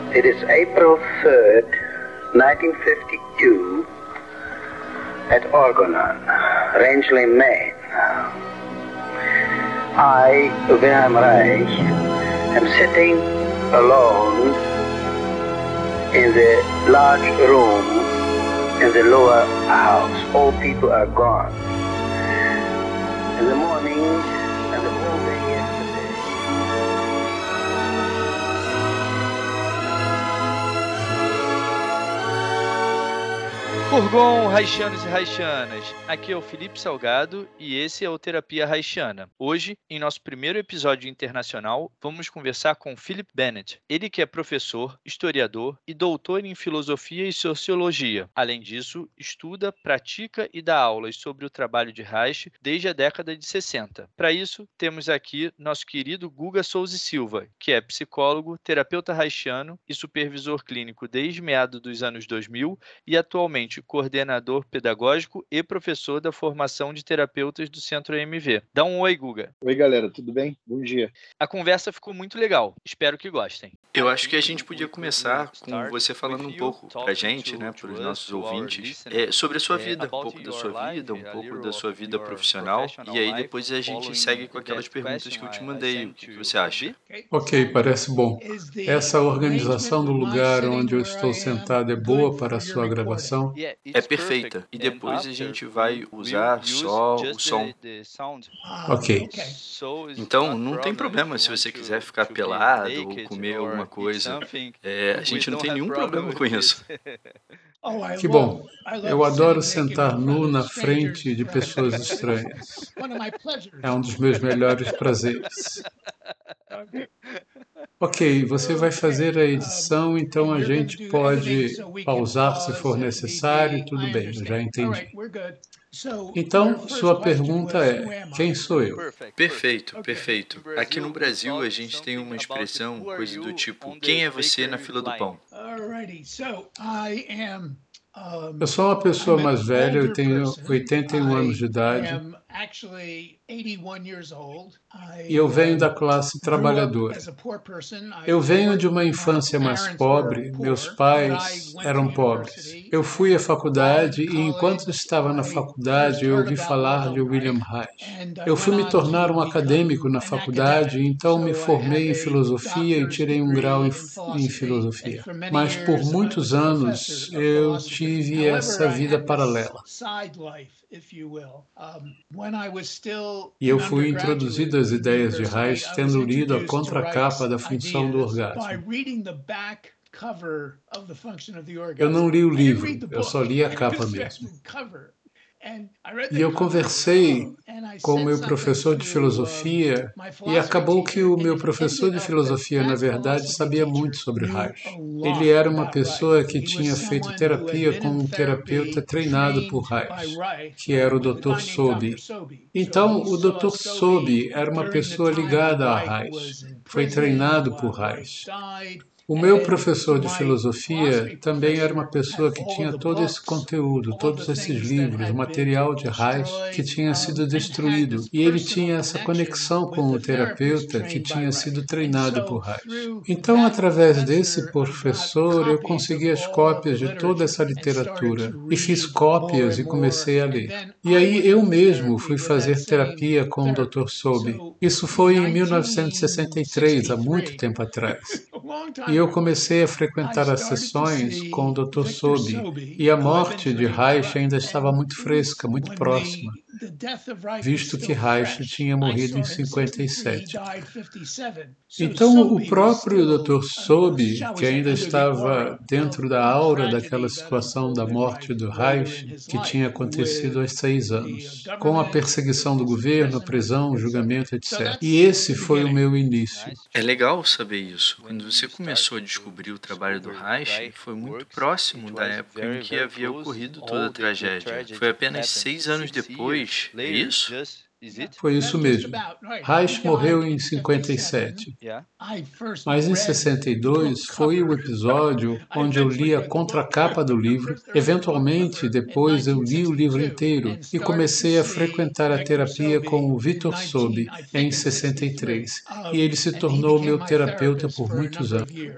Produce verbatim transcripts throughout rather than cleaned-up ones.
It is April third, nineteen fifty-two, at Orgonon, Rangeley, Maine. I, Wilhelm Reich, am sitting alone in the large room in the lower house. All people are gone. In the morning and the whole day yesterday. Furgon, Reichianos e Reichianas, aqui é o Felipe Salgado e esse é o Terapia Reichiana. Hoje, em nosso primeiro episódio internacional, vamos conversar com Philip Bennett, ele que é professor, historiador e doutor em filosofia e sociologia. Além disso, estuda, pratica e dá aulas sobre o trabalho de Reich desde a década de sessenta. Para isso, temos aqui nosso querido Guga Souza e Silva, que é psicólogo, terapeuta reichiano e supervisor clínico desde meados dos anos dois mil e atualmente coordenador pedagógico e professor da formação de terapeutas do Centro E M V. Dá um oi, Guga. Oi, galera, tudo bem? Bom dia. A conversa ficou muito legal, espero que gostem. Eu acho que a gente podia começar com você falando um pouco pra gente, né, para os nossos ouvintes, é, sobre a sua vida, um pouco da sua vida, um pouco da sua vida profissional, e aí depois a gente segue com aquelas perguntas que eu te mandei. O que você acha? Ok, parece bom. Essa organização do lugar onde eu estou sentado é boa para a sua gravação? É perfeita. E depois a gente vai usar só o som. Ok. Então, não tem problema se você quiser ficar pelado ou comer alguma coisa. É, a gente não tem nenhum problema com isso. Que bom. Eu adoro sentar nu na frente de pessoas estranhas. É um dos meus melhores prazeres. Ok, você vai fazer a edição, então a gente pode pausar se for necessário, tudo bem, eu já entendi. Então, sua pergunta é, quem sou eu? Perfeito, perfeito. Aqui no Brasil a gente tem uma expressão, coisa do tipo, quem é você na fila do pão? Eu sou uma pessoa mais velha, eu tenho oitenta e um anos de idade e eu venho da classe trabalhadora. Eu venho de uma infância mais pobre, meus pais eram pobres. Eu fui à faculdade e enquanto estava na faculdade eu ouvi falar de William Reich. Eu fui me tornar um acadêmico na faculdade e então me formei em filosofia e tirei um grau em, em filosofia. Mas por muitos anos eu tive essa vida paralela. E eu fui introduzido às ideias de Reich tendo lido a contracapa da função do orgasmo. Eu não li o livro, eu só li a capa mesmo. E eu conversei com o meu professor de filosofia e acabou que o meu professor de filosofia, na verdade, sabia muito sobre Reich. Ele era uma pessoa que tinha feito terapia com um terapeuta treinado por Reich, que era o doutor Sobey. Então, o doutor Sobey era uma pessoa ligada a Reich, foi treinado por Reich. O meu professor de filosofia também era uma pessoa que tinha todo esse conteúdo, todos esses livros, o material de Reich que tinha sido destruído. E ele tinha essa conexão com o terapeuta que tinha sido treinado por Reich. Então, através desse professor, eu consegui as cópias de toda essa literatura. E fiz cópias e comecei a ler. E aí eu mesmo fui fazer terapia com o doutor Sobey. Isso foi em mil novecentos e sessenta e três, há muito tempo atrás. E eu comecei a frequentar as sessões com o doutor Sobey, e a morte de Reich ainda estava muito fresca, muito próxima, visto que Reich tinha morrido em cinquenta e sete. Então, o próprio doutor Sobey, que ainda estava dentro da aura daquela situação da morte do Reich, que tinha acontecido há seis anos, com a perseguição do governo, a prisão, o julgamento, etcétera. E esse foi o meu início. É legal saber isso. Quando você começou a descobrir o trabalho do Reich, foi muito próximo da época em que havia ocorrido toda a tragédia. Foi apenas seis anos depois, é isso? Foi isso mesmo. Reich morreu em cinquenta e sete. Mas em sessenta e dois foi o episódio onde eu li a contracapa do livro. Eventualmente, depois eu li o livro inteiro e comecei a frequentar a terapia com o Victor Sobey em sessenta e três. E ele se tornou meu terapeuta por muitos anos.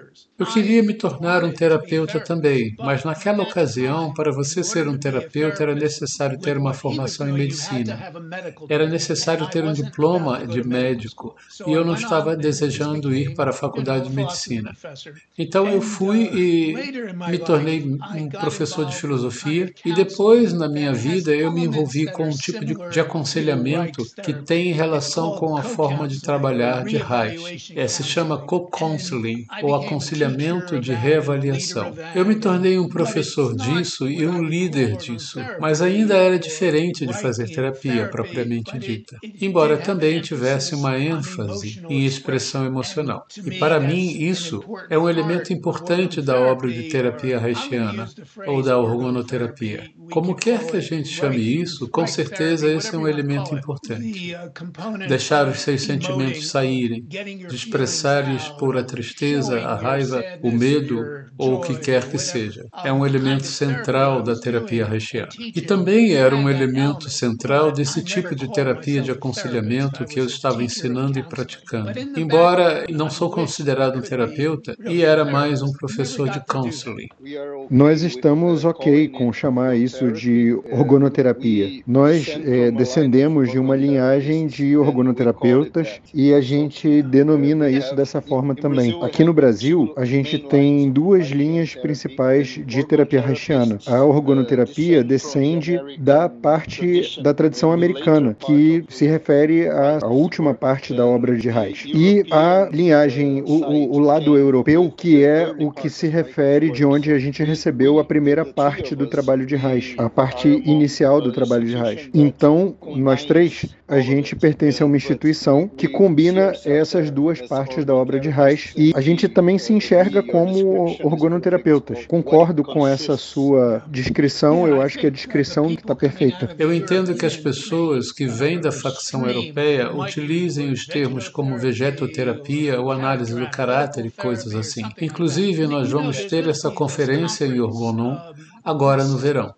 Eu queria me tornar um terapeuta também, mas naquela ocasião, para você ser um terapeuta, era necessário ter uma formação em medicina. Era necessário ter um diploma de médico, e eu não estava desejando ir para a faculdade de medicina. Então eu fui e me tornei um professor de filosofia, e depois, na minha vida, eu me envolvi com um tipo de, de aconselhamento que tem relação com a forma de trabalhar de Reich. É, se chama co-counseling, ou aconselhamento de reavaliação. Eu me tornei um professor disso e um líder disso, mas ainda era diferente de fazer terapia propriamente dita, embora também tivesse uma ênfase em expressão emocional. E para mim isso é um elemento importante da obra de terapia reichiana, ou da organoterapia. Como quer que a gente chame isso, com certeza esse é um elemento importante. Deixar os seus sentimentos saírem, de expressar e expor a tristeza, a raiva, o medo ou o que quer que seja. É um elemento central da terapia reichiana. E também era um elemento central desse tipo de terapia de aconselhamento que eu estava ensinando e praticando. Embora não sou considerado um terapeuta, e era mais um professor de counseling. Nós estamos ok com chamar isso de organoterapia. Nós é, descendemos de uma linhagem de organoterapeutas e a gente denomina isso dessa forma também. Aqui no Brasil, a gente tem duas linhas principais de terapia reichiana. A organoterapia descende da parte da tradição americana, que se refere à, à última parte da obra de Reich. E a linhagem, o, o, o lado europeu, que é o que se refere de onde a gente recebeu a primeira parte do trabalho de Reich, a parte inicial do trabalho de Reich. Então, nós três, a gente pertence a uma instituição que combina essas duas partes da obra de Reich e a gente também se enxerga como organoterapeutas. Concordo com essa sua descrição, eu acho que a descrição está perfeita. Eu entendo que as pessoas que vêm da facção europeia utilizem os termos como vegetoterapia ou análise do caráter e coisas assim. Inclusive, nós vamos ter essa conferência em Orgonon agora no verão.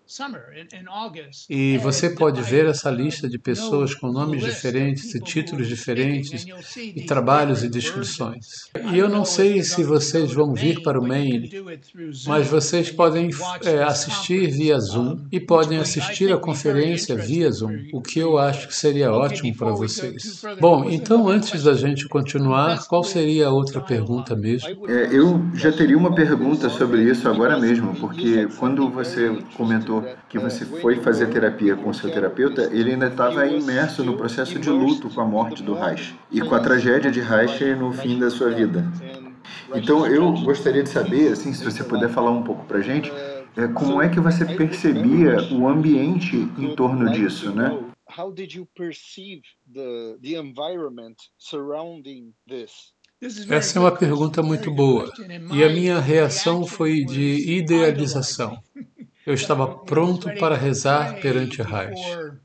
E você pode ver essa lista de pessoas com nomes diferentes e títulos diferentes e trabalhos e descrições. E eu não sei se vocês vão vir para o Maine, mas vocês podem é, assistir via Zoom e podem assistir a conferência via Zoom, o que eu acho que seria ótimo para vocês. Bom, então antes da gente continuar, qual seria a outra pergunta mesmo? É, eu já teria uma pergunta sobre isso agora mesmo, porque quando você comentou que você foi fazer terapia com o seu terapeuta, ele ainda estava imerso no processo de luto com a morte do Reich e com a tragédia de Reich no fim da sua vida. Então eu gostaria de saber, assim, se você puder falar um pouco para a gente, é, como é que você percebia o ambiente em torno disso, né? How did you perceive the, the environment surrounding this? Essa é uma pergunta muito boa, e a minha reação foi de idealização. Eu estava pronto para rezar perante Reich.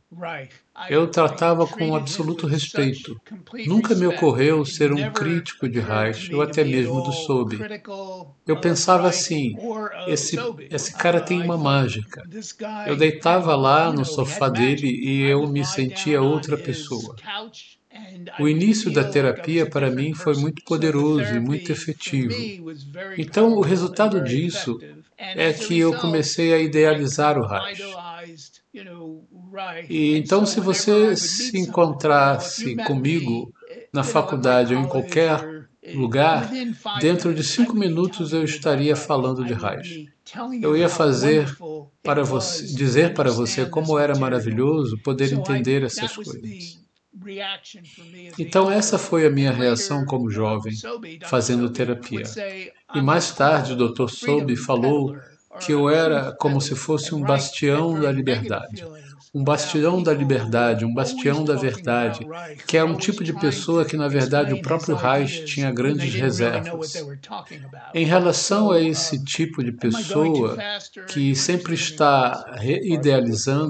Eu tratava com absoluto respeito. Nunca me ocorreu ser um crítico de Reich, ou até mesmo do Sobbe. Eu pensava assim, esse, esse cara tem uma mágica. Eu deitava lá no sofá dele e eu me sentia outra pessoa. O início da terapia para mim foi muito poderoso e muito efetivo. Então, o resultado disso é que eu comecei a idealizar o Reich. E então, se você se encontrasse comigo na faculdade ou em qualquer lugar, dentro de cinco minutos eu estaria falando de Reich. Eu ia fazer para você, dizer para você como era maravilhoso poder entender essas coisas. Então essa foi a minha reação como jovem, fazendo terapia. E mais tarde o doutor Sobbe falou que eu era como se fosse um bastião da liberdade. Um bastião da liberdade, um bastião da verdade, que é um tipo de pessoa que, na verdade, o próprio Reich tinha grandes reservas. Em relação a esse tipo de pessoa que sempre está idealizando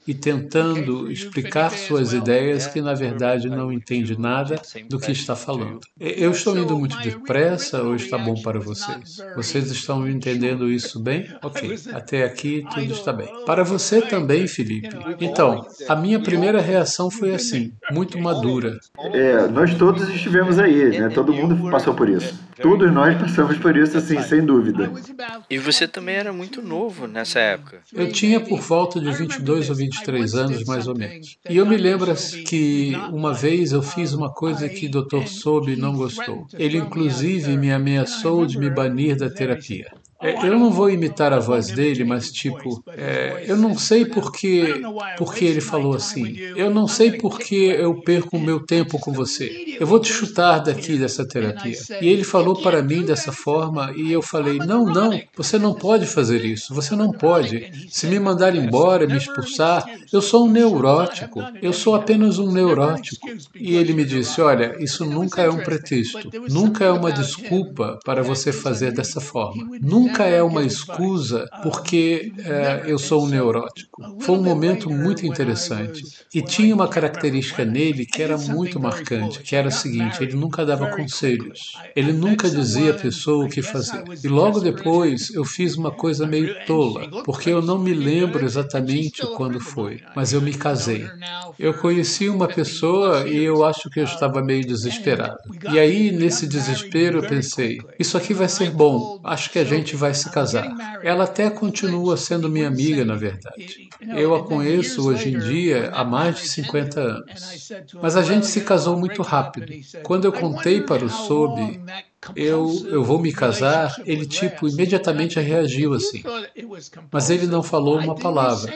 e tentando explicar suas ideias que, na verdade, não entende nada do que está falando. Eu estou indo muito depressa ou está bom para vocês? Vocês estão entendendo isso bem? Ok, até aqui tudo está bem. Para você também, Felipe. Então, a minha primeira reação foi assim, muito madura. É, nós todos estivemos aí, né? Todo mundo passou por isso. Todos nós passamos por isso, assim, sem dúvida. E você também era muito novo nessa época. Eu tinha por volta de vinte e dois ou vinte e três anos, mais ou menos. E eu me lembro que uma vez eu fiz uma coisa que o doutor Sobe não gostou. Ele, inclusive, me ameaçou de me banir da terapia. É, eu não vou imitar a voz dele, mas tipo, é, eu não sei porque, porque ele falou assim. Eu não sei porque eu perco o meu tempo com você. Eu vou te chutar daqui dessa terapia. E ele falou para mim dessa forma e eu falei, não, não, você não pode fazer isso. Você não pode. Se me mandar embora, me expulsar, eu sou um neurótico. Eu sou apenas um neurótico. E ele me disse, olha, isso nunca é um pretexto. Nunca é uma desculpa para você fazer dessa forma. Nunca Nunca é uma escusa porque é, eu sou um neurótico. Foi um momento muito interessante. E tinha uma característica nele que era muito marcante, que era o seguinte, ele nunca dava conselhos. Ele nunca dizia à pessoa o que fazer. E logo depois eu fiz uma coisa meio tola, porque eu não me lembro exatamente quando foi, mas eu me casei. Eu conheci uma pessoa e eu acho que eu estava meio desesperado. E aí, nesse desespero, eu pensei, isso aqui vai ser bom, acho que a gente vai se casar. Ela até continua sendo minha amiga, na verdade. Eu a conheço hoje em dia há mais de cinquenta anos. Mas a gente se casou muito rápido. Quando eu contei para o Sobe, eu, eu vou me casar, ele tipo imediatamente reagiu assim. Mas ele não falou uma palavra.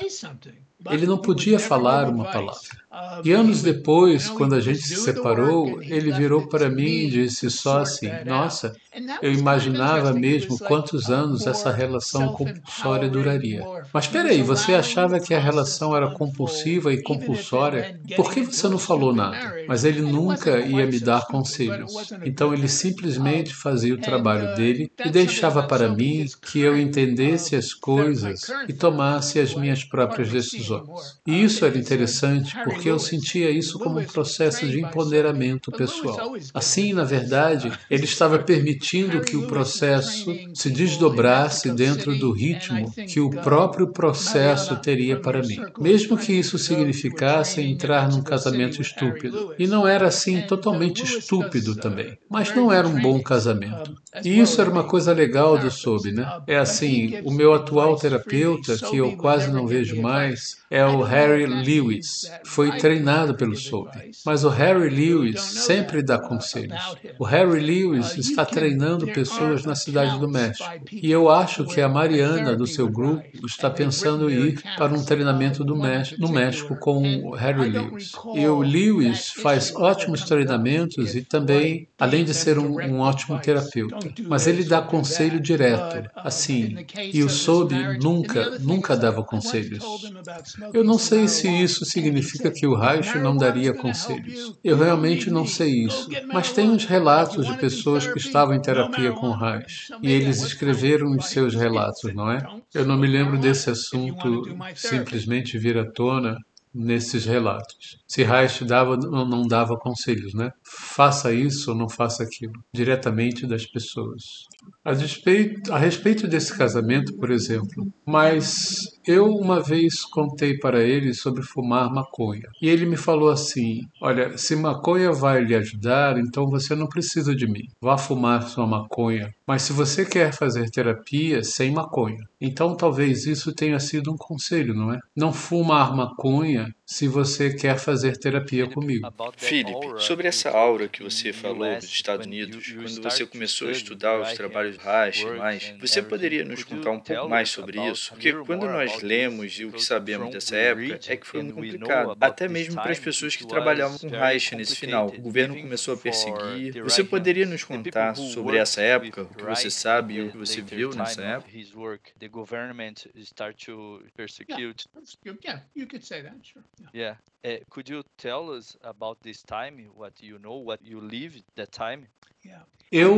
Ele não podia falar uma palavra. E anos depois, quando a gente se separou, ele virou para mim e disse só assim, nossa, eu imaginava mesmo quantos anos essa relação compulsória duraria. Mas peraí, você achava que a relação era compulsiva e compulsória? Por que você não falou nada? Mas ele nunca ia me dar conselhos. Então ele simplesmente fazia o trabalho dele e deixava para mim que eu entendesse as coisas e tomasse as minhas próprias decisões. E isso era interessante porque eu sentia isso como um processo de empoderamento pessoal. Assim, na verdade, ele estava permitindo que o processo se desdobrasse dentro do ritmo que o próprio processo teria para mim. Mesmo que isso significasse entrar num casamento estúpido. E não era assim totalmente estúpido também. Mas não era um bom casamento. E isso era uma coisa legal do Sobe, né? É assim, o meu atual terapeuta, que eu quase não vejo mais, é o Harry Lewis. Foi treinado pelo Sobe. Mas o Harry Lewis sempre dá conselhos. O Harry Lewis está treinando pessoas na cidade do México. E eu acho que a Mariana, do seu grupo, está pensando em ir para um treinamento do México, no México com o Harry Lewis. E o Lewis faz ótimos treinamentos e também, além de ser um, um ótimo terapeuta. Mas ele dá conselho direto, assim. E o Sobe nunca, nunca dava conselhos. Eu não sei se isso significa que o Reich não daria conselhos. Eu realmente não sei isso. Mas tem uns relatos de pessoas que estavam em terapia com o Reich. E eles escreveram os seus relatos, não é? Eu não me lembro desse assunto simplesmente vir à tona nesses relatos. Se Reich dava ou não dava conselhos, né? Faça isso ou não faça aquilo. Diretamente das pessoas. A respeito, a respeito desse casamento, por exemplo, mas eu uma vez contei para ele sobre fumar maconha. E ele me falou assim, olha, se maconha vai lhe ajudar, então você não precisa de mim. Vá fumar sua maconha. Mas se você quer fazer terapia, sem maconha. Então talvez isso tenha sido um conselho, não é? Não fumar maconha se você quer fazer terapia comigo. Philip, sobre essa aura que você falou dos Estados Unidos, quando você começou a estudar os trabalhos do Reich e mais, você poderia nos contar um pouco mais sobre isso? Porque quando nós lemos e o que sabemos dessa época é que foi muito complicado, até mesmo para as pessoas que trabalhavam com Reich nesse final. O governo começou a perseguir. Você poderia nos contar sobre essa época, o que você sabe e o que você viu nessa época? Yeah, you could say that, sure. Yeah. Uh, could you tell us about this time, what you know, what you lived that time? Yeah. Eu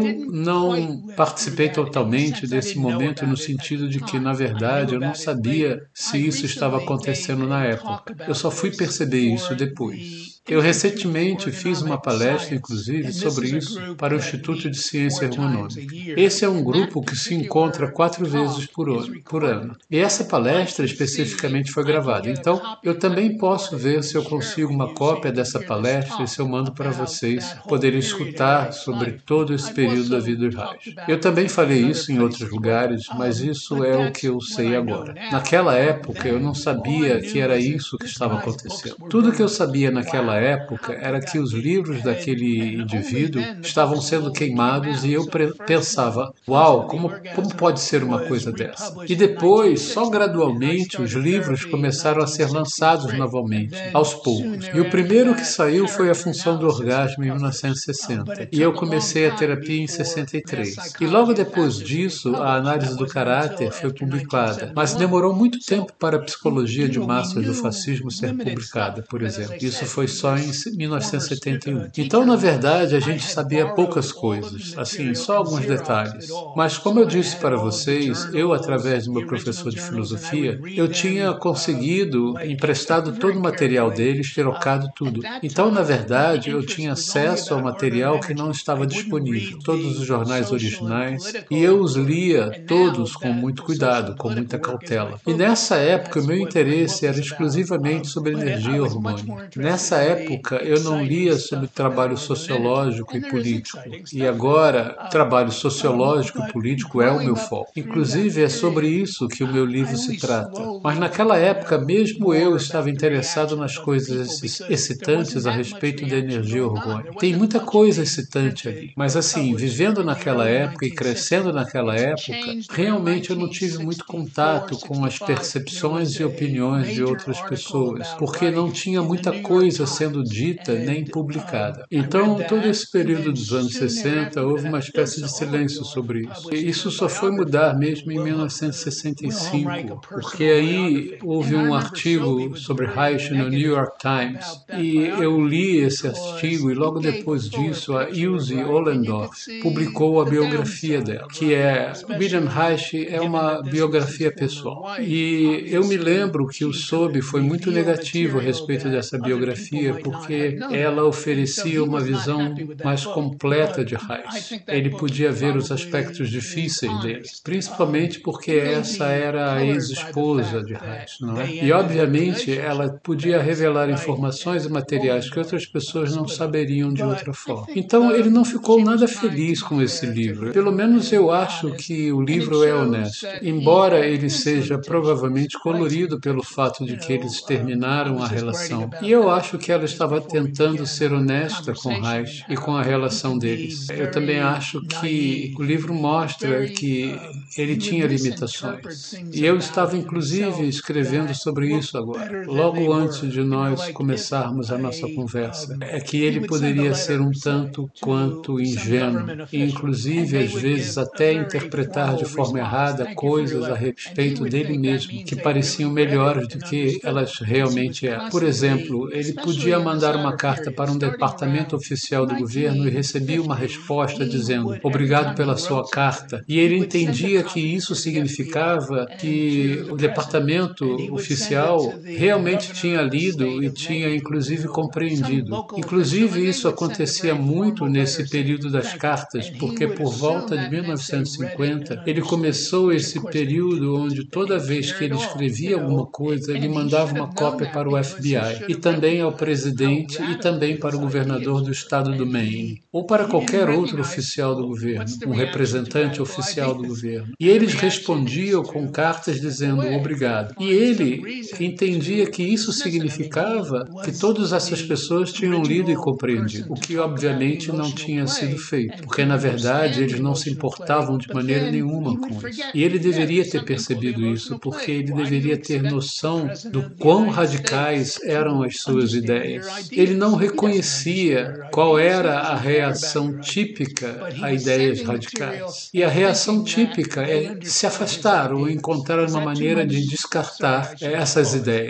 não participei totalmente desse momento no sentido de que, na verdade, eu não sabia se isso estava acontecendo na época. Eu só fui perceber isso depois. Eu recentemente fiz uma palestra, inclusive, sobre isso para o Instituto de Ciência Ergonômica. Esse é um grupo que se encontra quatro vezes por ano, por ano. E essa palestra especificamente foi gravada. Então, eu também posso ver se eu consigo uma cópia dessa palestra e se eu mando para vocês poderem escutar sobre todo esse período da vida de Reich. Eu também falei isso em outros lugares, mas isso é o que eu sei agora. Naquela época, eu não sabia que era isso que estava acontecendo. Tudo que eu sabia naquela época era que os livros daquele indivíduo estavam sendo queimados e eu pensava, uau, como, como pode ser uma coisa dessa? E depois, só gradualmente, os livros começaram a ser lançados novamente, aos poucos. E o primeiro que saiu foi A Função do Orgasmo, em mil novecentos e sessenta. E eu comecei a terapia em sessenta e três. E logo depois disso, a Análise do Caráter foi publicada. Mas demorou muito tempo para a Psicologia de Massas do Fascismo ser publicada, por exemplo. Isso foi só em mil novecentos e setenta e um. Então, na verdade, a gente sabia poucas coisas, assim, só alguns detalhes. Mas, como eu disse para vocês, eu, através do meu professor de filosofia, eu tinha conseguido, emprestado todo o material deles, trocado tudo. Então, na verdade, eu tinha acesso ao material que não estava disponível, todos os jornais originais, e eu os lia todos com muito cuidado, com muita cautela. E nessa época, o meu interesse era exclusivamente sobre energia hormônica. Nessa época, eu não lia sobre trabalho sociológico e político. E agora, trabalho sociológico e político é o meu foco. Inclusive, é sobre isso que o meu livro se trata. Mas naquela época, mesmo eu estava interessado nas coisas excitantes a respeito da energia orgânica. Tem muita coisa excitante ali. Mas assim, vivendo naquela época e crescendo naquela época, realmente eu não tive muito contato com as percepções e opiniões de outras pessoas, porque não tinha muita coisa sendo dita nem publicada. Então, todo esse período dos anos sessenta, houve uma espécie de silêncio sobre isso. E isso só foi mudar mesmo em mil novecentos e sessenta e cinco, porque aí houve um artigo sobre Reich no New York Times, e eu li esse artigo, e logo depois disso, a Ilse Ollendorf publicou a biografia dela, que é Wilhelm Reich é uma biografia pessoal. E eu me lembro que o soube foi muito negativo a respeito dessa biografia, porque ela oferecia uma visão mais completa de Reich. Ele podia ver os aspectos difíceis dele, principalmente porque essa era a ex-esposa de Reich, não é? E, obviamente, ela podia revelar informações e materiais que outras pessoas não saberiam de outra forma. Então, ele não ficou nada feliz com esse livro. Pelo menos eu acho que o livro é honesto, embora ele seja provavelmente colorido pelo fato de que eles terminaram a relação. E eu acho que ela estava tentando ser honesta com Reich e com a relação deles. Eu também acho que o livro mostra que ele tinha limitações. E eu estava, inclusive, escrevendo sobre isso agora, logo antes de nós começarmos a nossa conversa. É que ele poderia ser um tanto quanto ingênuo, e, inclusive, às vezes, até interpretar de forma errada coisas a respeito dele mesmo, que pareciam melhores do que elas realmente eram. Por exemplo, ele podia mandar uma carta para um departamento oficial do governo e recebia uma resposta dizendo obrigado pela sua carta. E ele entendia que isso significava que o departamento oficial realmente tinha lido e tinha inclusive compreendido. Inclusive isso acontecia muito nesse período das cartas, porque por volta de mil novecentos e cinquenta ele começou esse período onde toda vez que ele escrevia alguma coisa, ele mandava uma cópia para o F B I e também ao presidente e também para o governador do estado do Maine, ou para qualquer outro oficial do governo, um representante oficial do governo. E eles respondiam com cartas dizendo obrigado. E ele entendia que isso significava que todas essas pessoas tinham lido e compreendido, o que obviamente não tinha sido feito, porque na verdade eles não se importavam de maneira nenhuma com isso. E ele deveria ter percebido isso, porque ele deveria ter noção do quão radicais eram as suas ideias. Ele não reconhecia qual era a reação típica a ideias radicais. E a reação típica é se afastar ou encontrar uma maneira de descartar essas ideias.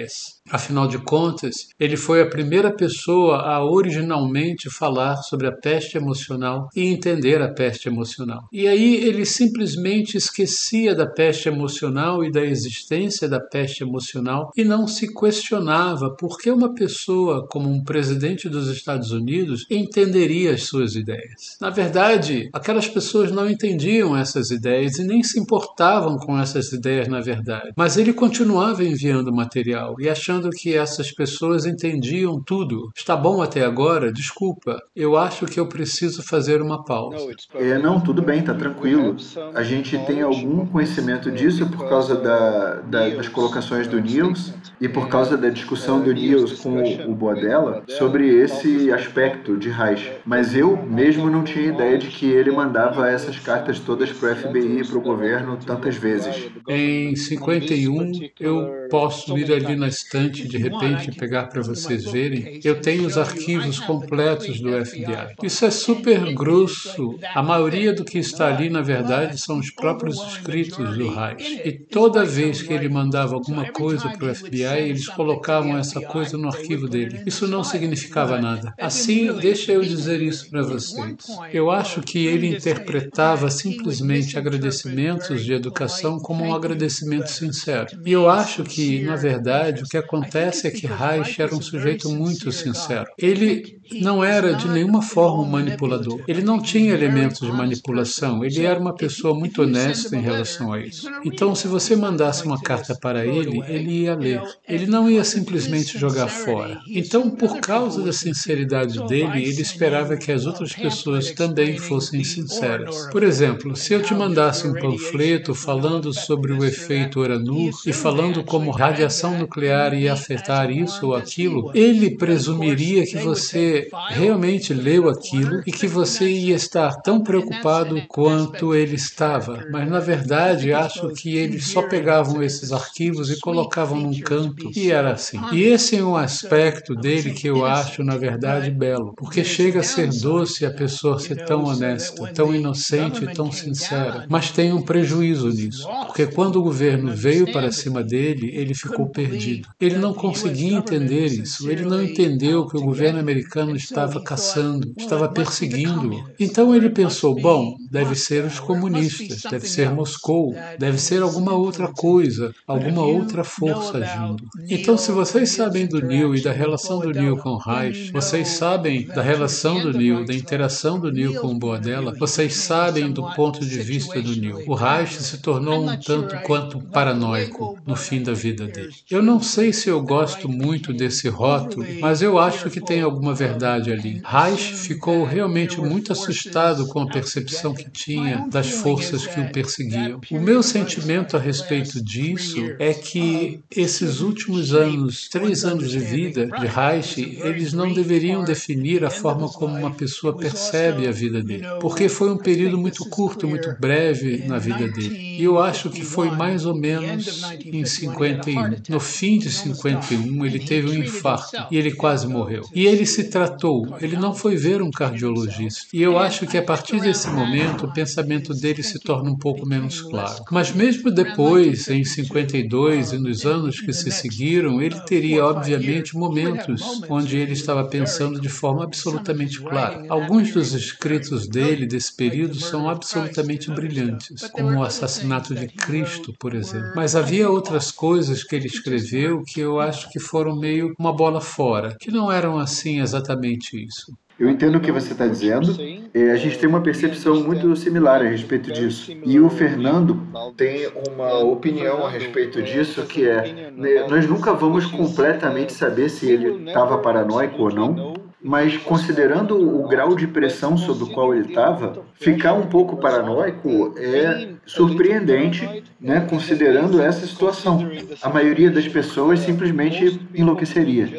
Afinal de contas, ele foi a primeira pessoa a originalmente falar sobre a peste emocional e entender a peste emocional. E aí ele simplesmente esquecia da peste emocional e da existência da peste emocional e não se questionava por que uma pessoa como um presidente dos Estados Unidos entenderia as suas ideias. Na verdade, aquelas pessoas não entendiam essas ideias e nem se importavam com essas ideias na verdade. Mas ele continuava enviando material e achando que essas pessoas entendiam tudo. Está bom até agora? Desculpa, eu acho que eu preciso fazer uma pausa. É, não, tudo bem, tá tranquilo. A gente tem algum conhecimento disso por causa da, da, das colocações do Niels e por causa da discussão do Niels com o, o Boadella sobre esse aspecto de Reich. Mas eu mesmo não tinha ideia de que ele mandava essas cartas todas para o F B I e para o governo tantas vezes. Em cinquenta e um, eu posso ir ali na estante de repente pegar para vocês verem, eu tenho os arquivos completos do F B I. Isso é super grosso. A maioria do que está ali, na verdade, são os próprios escritos do Reich. E toda vez que ele mandava alguma coisa para o F B I, eles colocavam essa coisa no arquivo dele. Isso não significava nada. Assim, deixa eu dizer isso para vocês. Eu acho que ele interpretava simplesmente agradecimentos de educação como um agradecimento sincero. E eu acho que, na verdade, o que acontece acontece é que Reich era um sujeito muito sincero. Ele não era de nenhuma forma um manipulador. Ele não tinha elementos de manipulação. Ele era uma pessoa muito honesta em relação a isso. Então, se você mandasse uma carta para ele, ele ia ler. Ele não ia simplesmente jogar fora. Então, por causa da sinceridade dele, ele esperava que as outras pessoas também fossem sinceras. Por exemplo, se eu te mandasse um panfleto falando sobre o efeito Uranus e falando como radiação nuclear ia afetar isso ou aquilo, ele presumiria que você realmente leu aquilo e que você ia estar tão preocupado quanto ele estava. Mas, na verdade, acho que eles só pegavam esses arquivos e colocavam num canto, e era assim. E esse é um aspecto dele que eu acho, na verdade, belo, porque chega a ser doce a pessoa ser tão honesta, tão inocente e tão sincera, mas tem um prejuízo nisso, porque quando o governo veio para cima dele, ele ficou perdido. Ele não conseguia entender isso. Ele não entendeu que o governo americano estava caçando, estava perseguindo-o. Então ele pensou, bom, deve ser os comunistas, deve ser Moscou, deve ser alguma outra coisa, alguma outra força agindo. Então, se vocês sabem do Neil e da relação do Neil com Reich, vocês sabem da relação do Neil, da interação do Neil com o Boadella, vocês sabem do ponto de vista do Neil. O Reich se tornou um tanto quanto paranoico no fim da vida dele. Eu não sei se eu gosto muito desse rótulo, mas eu acho que tem alguma verdade ali. Reich ficou realmente muito assustado com a percepção que tinha das forças que o perseguiam. O meu sentimento a respeito disso é que esses últimos anos, três anos de vida de Reich, eles não deveriam definir a forma como uma pessoa percebe a vida dele, porque foi um período muito curto, muito breve na vida dele. E eu acho que foi mais ou menos em cinquenta e um. No fim de cinquenta e um, ele teve um infarto e ele quase morreu. E ele se tratou, ele não foi ver um cardiologista. E eu acho que a partir desse momento o pensamento dele se torna um pouco menos claro. Mas mesmo depois, em cinquenta e dois e nos anos que se seguiram, ele teria, obviamente, momentos onde ele estava pensando de forma absolutamente clara. Alguns dos escritos dele desse período são absolutamente brilhantes, como o assassinato de Cristo, por exemplo. Mas havia outras coisas que ele escreveu que eu acho que foram meio uma bola fora, que não eram assim exatamente isso. Eu entendo o que você está dizendo. É, a gente tem uma percepção muito similar a respeito disso. E o Fernando tem uma opinião a respeito disso, que é, né, nós nunca vamos completamente saber se ele estava paranoico ou não, mas considerando o grau de pressão sobre o qual ele estava, ficar um pouco paranoico é surpreendente, né, considerando essa situação. A maioria das pessoas simplesmente enlouqueceria.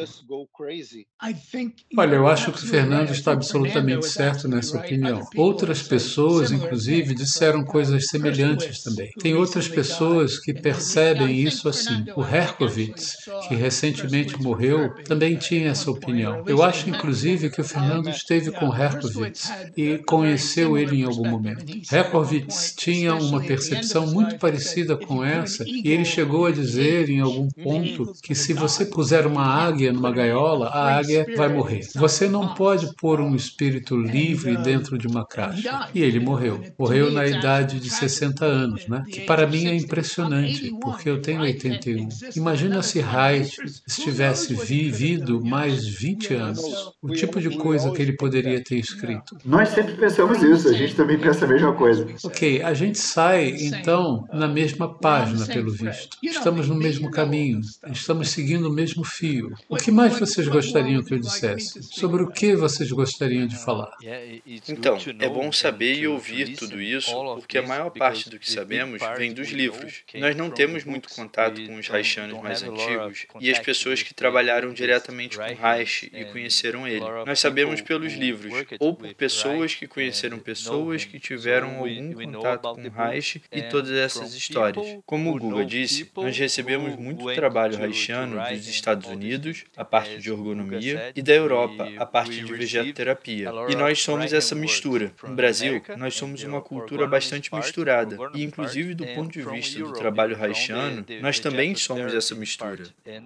Olha, eu acho que o Fernando está absolutamente certo nessa opinião. Outras pessoas, inclusive, disseram coisas semelhantes também. Tem outras pessoas que percebem isso assim. O Herkovitz, que recentemente morreu, também tinha essa opinião. Eu acho, inclusive, inclusive, que o Fernando esteve com Herkowitz e conheceu ele em algum momento. Herkowitz tinha uma percepção muito parecida com essa e ele chegou a dizer em algum ponto que se você puser uma águia numa gaiola, a águia vai morrer. Você não pode pôr um espírito livre dentro de uma caixa. E ele morreu. Morreu na idade de sessenta anos, né? Que para mim é impressionante, porque eu tenho oitenta e um. Imagina se Reich estivesse vivido mais vinte anos. O tipo de coisa que ele poderia ter escrito. Nós sempre pensamos isso, a gente também pensa a mesma coisa. Ok, a gente sai, então, na mesma página, pelo visto. Estamos no mesmo caminho, estamos seguindo o mesmo fio. O que mais vocês gostariam que eu dissesse? Sobre o que vocês gostariam de falar? Então, é bom saber e ouvir tudo isso, porque a maior parte do que sabemos vem dos livros. Nós não temos muito contato com os Reichianos mais antigos e as pessoas que trabalharam diretamente com Reich e conheceram ele. Nós sabemos pelos livros, ou por pessoas que conheceram pessoas que tiveram algum contato com Reich e todas essas histórias. Como o Guga disse, nós recebemos muito trabalho reichiano dos Estados Unidos, a parte de ergonomia, e da Europa, a parte de vegetoterapia. E nós somos essa mistura. No Brasil, nós somos uma cultura bastante misturada, e inclusive do ponto de vista do trabalho reichiano, nós também somos essa mistura.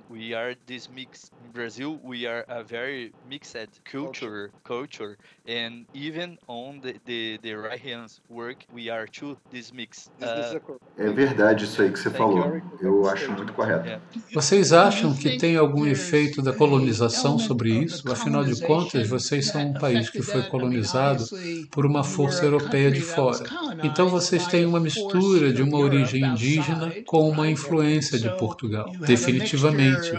Brazil, we are a very mixed culture, culture, and even on the the, the Reichian's work, we are too this mix. Uh, é verdade isso aí que você falou. Eu acho muito correto. Vocês acham que tem algum efeito da colonização sobre isso? Afinal de contas, vocês são um país que foi colonizado por uma força europeia de fora. Então vocês têm uma mistura de uma origem indígena com uma influência de Portugal. Definitivamente.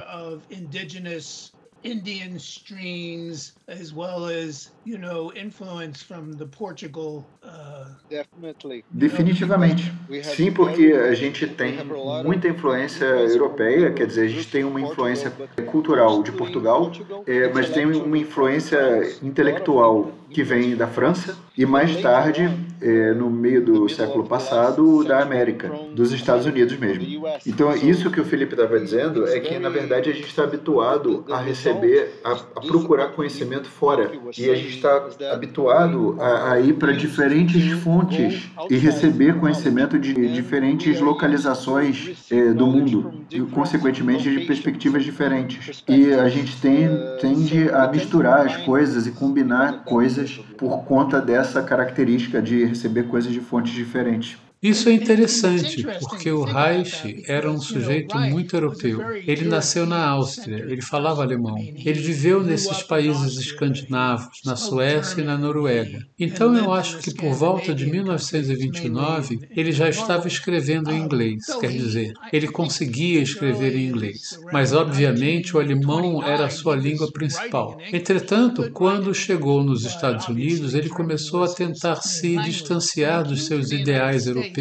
Indian streams as well as, you know, influence from the Portugal. Uh, Definitivamente. Sim, porque a gente tem muita influência europeia, quer dizer, a gente tem uma influência cultural de Portugal, é, mas tem uma influência intelectual que vem da França e mais tarde, é, no meio do século passado, da América, dos Estados Unidos mesmo. Então, isso que o Felipe estava dizendo é que, na verdade, a gente está habituado a receber, a, a procurar conhecimento fora. E a gente está habituado a, a ir para diferentes fontes e receber conhecimento de diferentes localizações é, do mundo e, consequentemente, de perspectivas diferentes. E a gente tem, tende a misturar as coisas e combinar coisas por conta dessa característica de receber coisas de fontes diferentes. Isso é interessante, porque o Reich era um sujeito muito europeu. Ele nasceu na Áustria, ele falava alemão. Ele viveu nesses países escandinavos, na Suécia e na Noruega. Então eu acho que por volta de mil novecentos e vinte e nove, ele já estava escrevendo em inglês, quer dizer, ele conseguia escrever em inglês. Mas, obviamente, o alemão era a sua língua principal. Entretanto, quando chegou nos Estados Unidos, ele começou a tentar se distanciar dos seus ideais europeus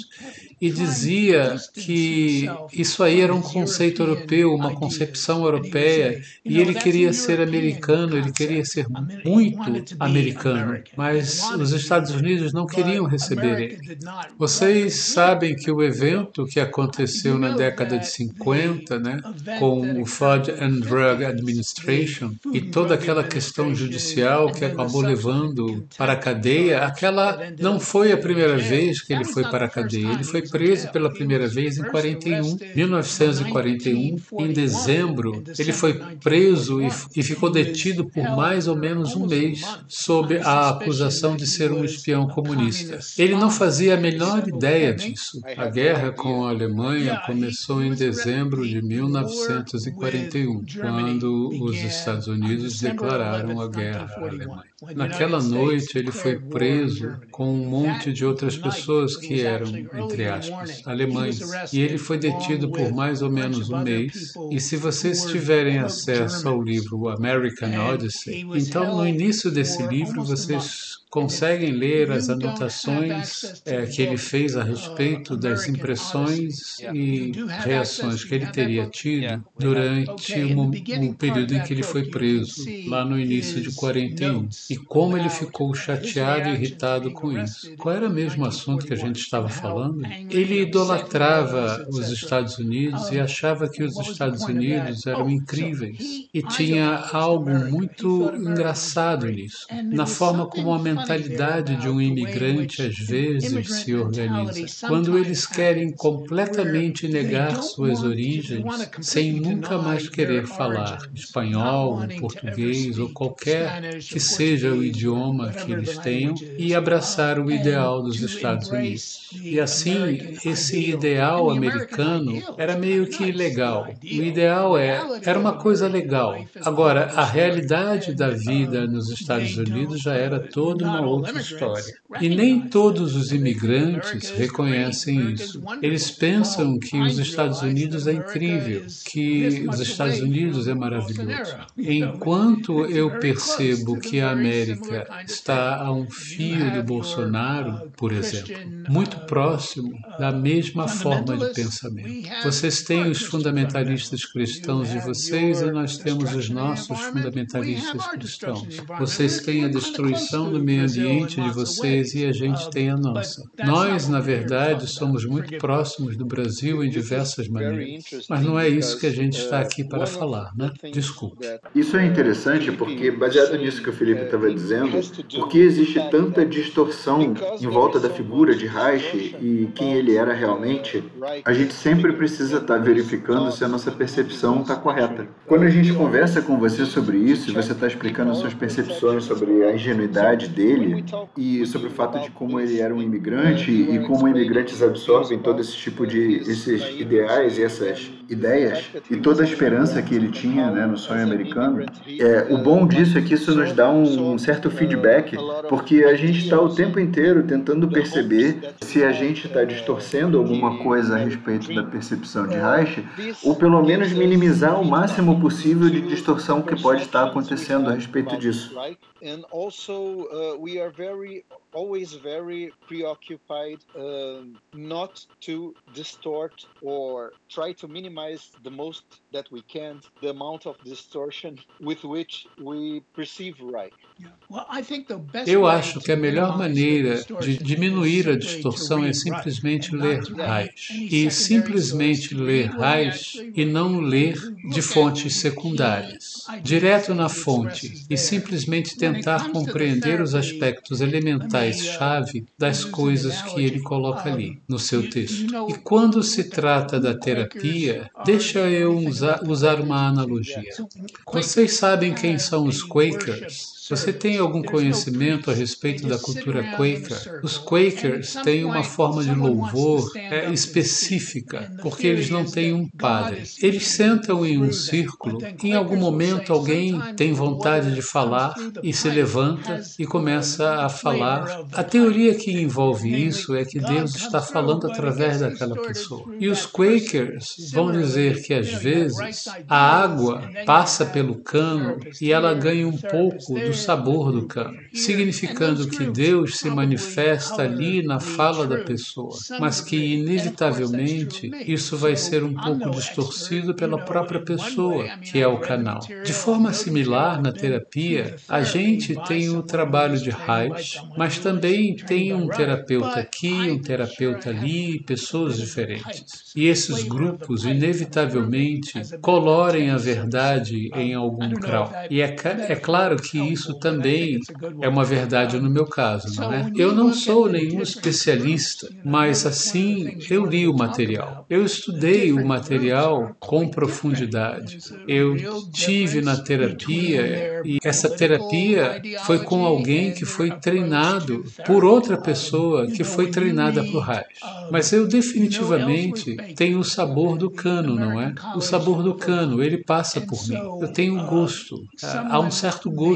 e dizia que isso aí era um conceito europeu, uma concepção europeia, e ele queria ser americano, ele queria ser muito americano, mas os Estados Unidos não queriam receber ele. Vocês sabem que o evento que aconteceu na década de cinquenta, né, com o Food and Drug Administration e toda aquela questão judicial que acabou levando para a cadeia, aquela não foi a primeira vez que ele foi para a cadeia, ele foi preso pela primeira vez em quarenta e um, mil novecentos e quarenta e um, em dezembro. Ele foi preso e, e ficou detido por mais ou menos um mês sob a acusação de ser um espião comunista. Ele não fazia a menor ideia disso. A guerra com a Alemanha começou em dezembro de mil novecentos e quarenta e um, quando os Estados Unidos declararam a guerra à Alemanha. Naquela noite ele foi preso com um monte de outras pessoas que eram, entre aspas, alemães. E ele foi detido por mais ou menos um mês. E se vocês tiverem acesso ao livro American Odyssey, então no início desse livro vocês conseguem ler as anotações é, que ele fez a respeito das impressões e reações que ele teria tido durante o, o período em que ele foi preso, lá no início de quarenta e um, e como ele ficou chateado e irritado com isso. Qual era mesmo o assunto que a gente estava falando? Ele idolatrava os Estados Unidos e achava que os Estados Unidos eram incríveis, e tinha algo muito engraçado nisso, na forma como a mentalidade de um imigrante às vezes se organiza. Quando eles querem completamente negar suas origens, sem nunca mais querer falar espanhol, português ou qualquer que seja o idioma que eles tenham, e abraçar o ideal dos Estados Unidos. E assim, esse ideal americano era meio que ilegal. O ideal é, era uma coisa legal. Agora, a realidade da vida nos Estados Unidos já era toda uma outra história. E nem todos os imigrantes reconhecem isso. Eles pensam que os Estados Unidos é incrível, que os Estados Unidos é maravilhoso. Enquanto eu percebo que a América está a um fio do Bolsonaro, por exemplo, muito próximo da mesma forma de pensamento. Vocês têm os fundamentalistas cristãos de vocês e nós temos os nossos fundamentalistas cristãos. Vocês têm a destruição do meio ambiente de vocês e a gente tem a nossa. Nós, na verdade, somos muito próximos do Brasil em diversas maneiras. Mas não é isso que a gente está aqui para falar, né? Desculpe. Isso é interessante porque, baseado nisso que o Felipe estava dizendo, por que existe tanta distorção em volta da figura de Reich e quem ele era realmente, a gente sempre precisa estar verificando se a nossa percepção está correta. Quando a gente conversa com você sobre isso, e você está explicando suas percepções sobre a ingenuidade dele e sobre o fato de como ele era um imigrante e como imigrantes absorvem todo esse tipo de esses ideais e essas ideias e toda a esperança que ele tinha, né, no sonho americano, é, o bom disso é que isso nos dá um, um certo feedback, porque a gente está o tempo inteiro tentando perceber se a gente está distorcendo alguma coisa a respeito da percepção de Reich, ou pelo menos minimizar o máximo possível de distorção que pode estar acontecendo a respeito disso. And also, uh, we are very, always very preoccupied uh, not to distort or try to minimize the most that we can the amount of distortion with which we perceive Reich. Eu acho que a melhor maneira de diminuir a distorção é simplesmente ler Reich. E simplesmente ler Reich e não ler de fontes secundárias. Direto na fonte e simplesmente tentar compreender os aspectos elementais-chave das coisas que ele coloca ali, no seu texto. E quando se trata da terapia, deixa eu usar, usar uma analogia. Vocês sabem quem são os Quakers? Você tem algum conhecimento a respeito da cultura Quaker? Os Quakers têm uma forma de louvor é, específica, porque eles não têm um padre. Eles sentam em um círculo, em algum momento alguém tem vontade de falar e se levanta e começa a falar. A teoria que envolve isso é que Deus está falando através daquela pessoa. E os Quakers vão dizer que, às vezes, a água passa pelo cano e ela ganha um pouco do sabor do cano, significando que Deus se manifesta ali na fala da pessoa, mas que, inevitavelmente, isso vai ser um pouco distorcido pela própria pessoa, que é o canal. De forma similar, na terapia, a gente tem o trabalho de Reich, mas também tem um terapeuta aqui, um terapeuta ali, pessoas diferentes. E esses grupos, inevitavelmente, colorem a verdade em algum grau. E é, é claro que isso também é uma verdade no meu caso, não é? Eu não sou nenhum especialista, mas assim eu li o material. Eu estudei o material com profundidade. Eu tive na terapia e essa terapia foi com alguém que foi treinado por outra pessoa que foi treinada por Reich. Mas eu definitivamente tenho o sabor do cano, não é? O sabor do cano, ele passa por mim. Eu tenho um gosto, há um certo gosto meu.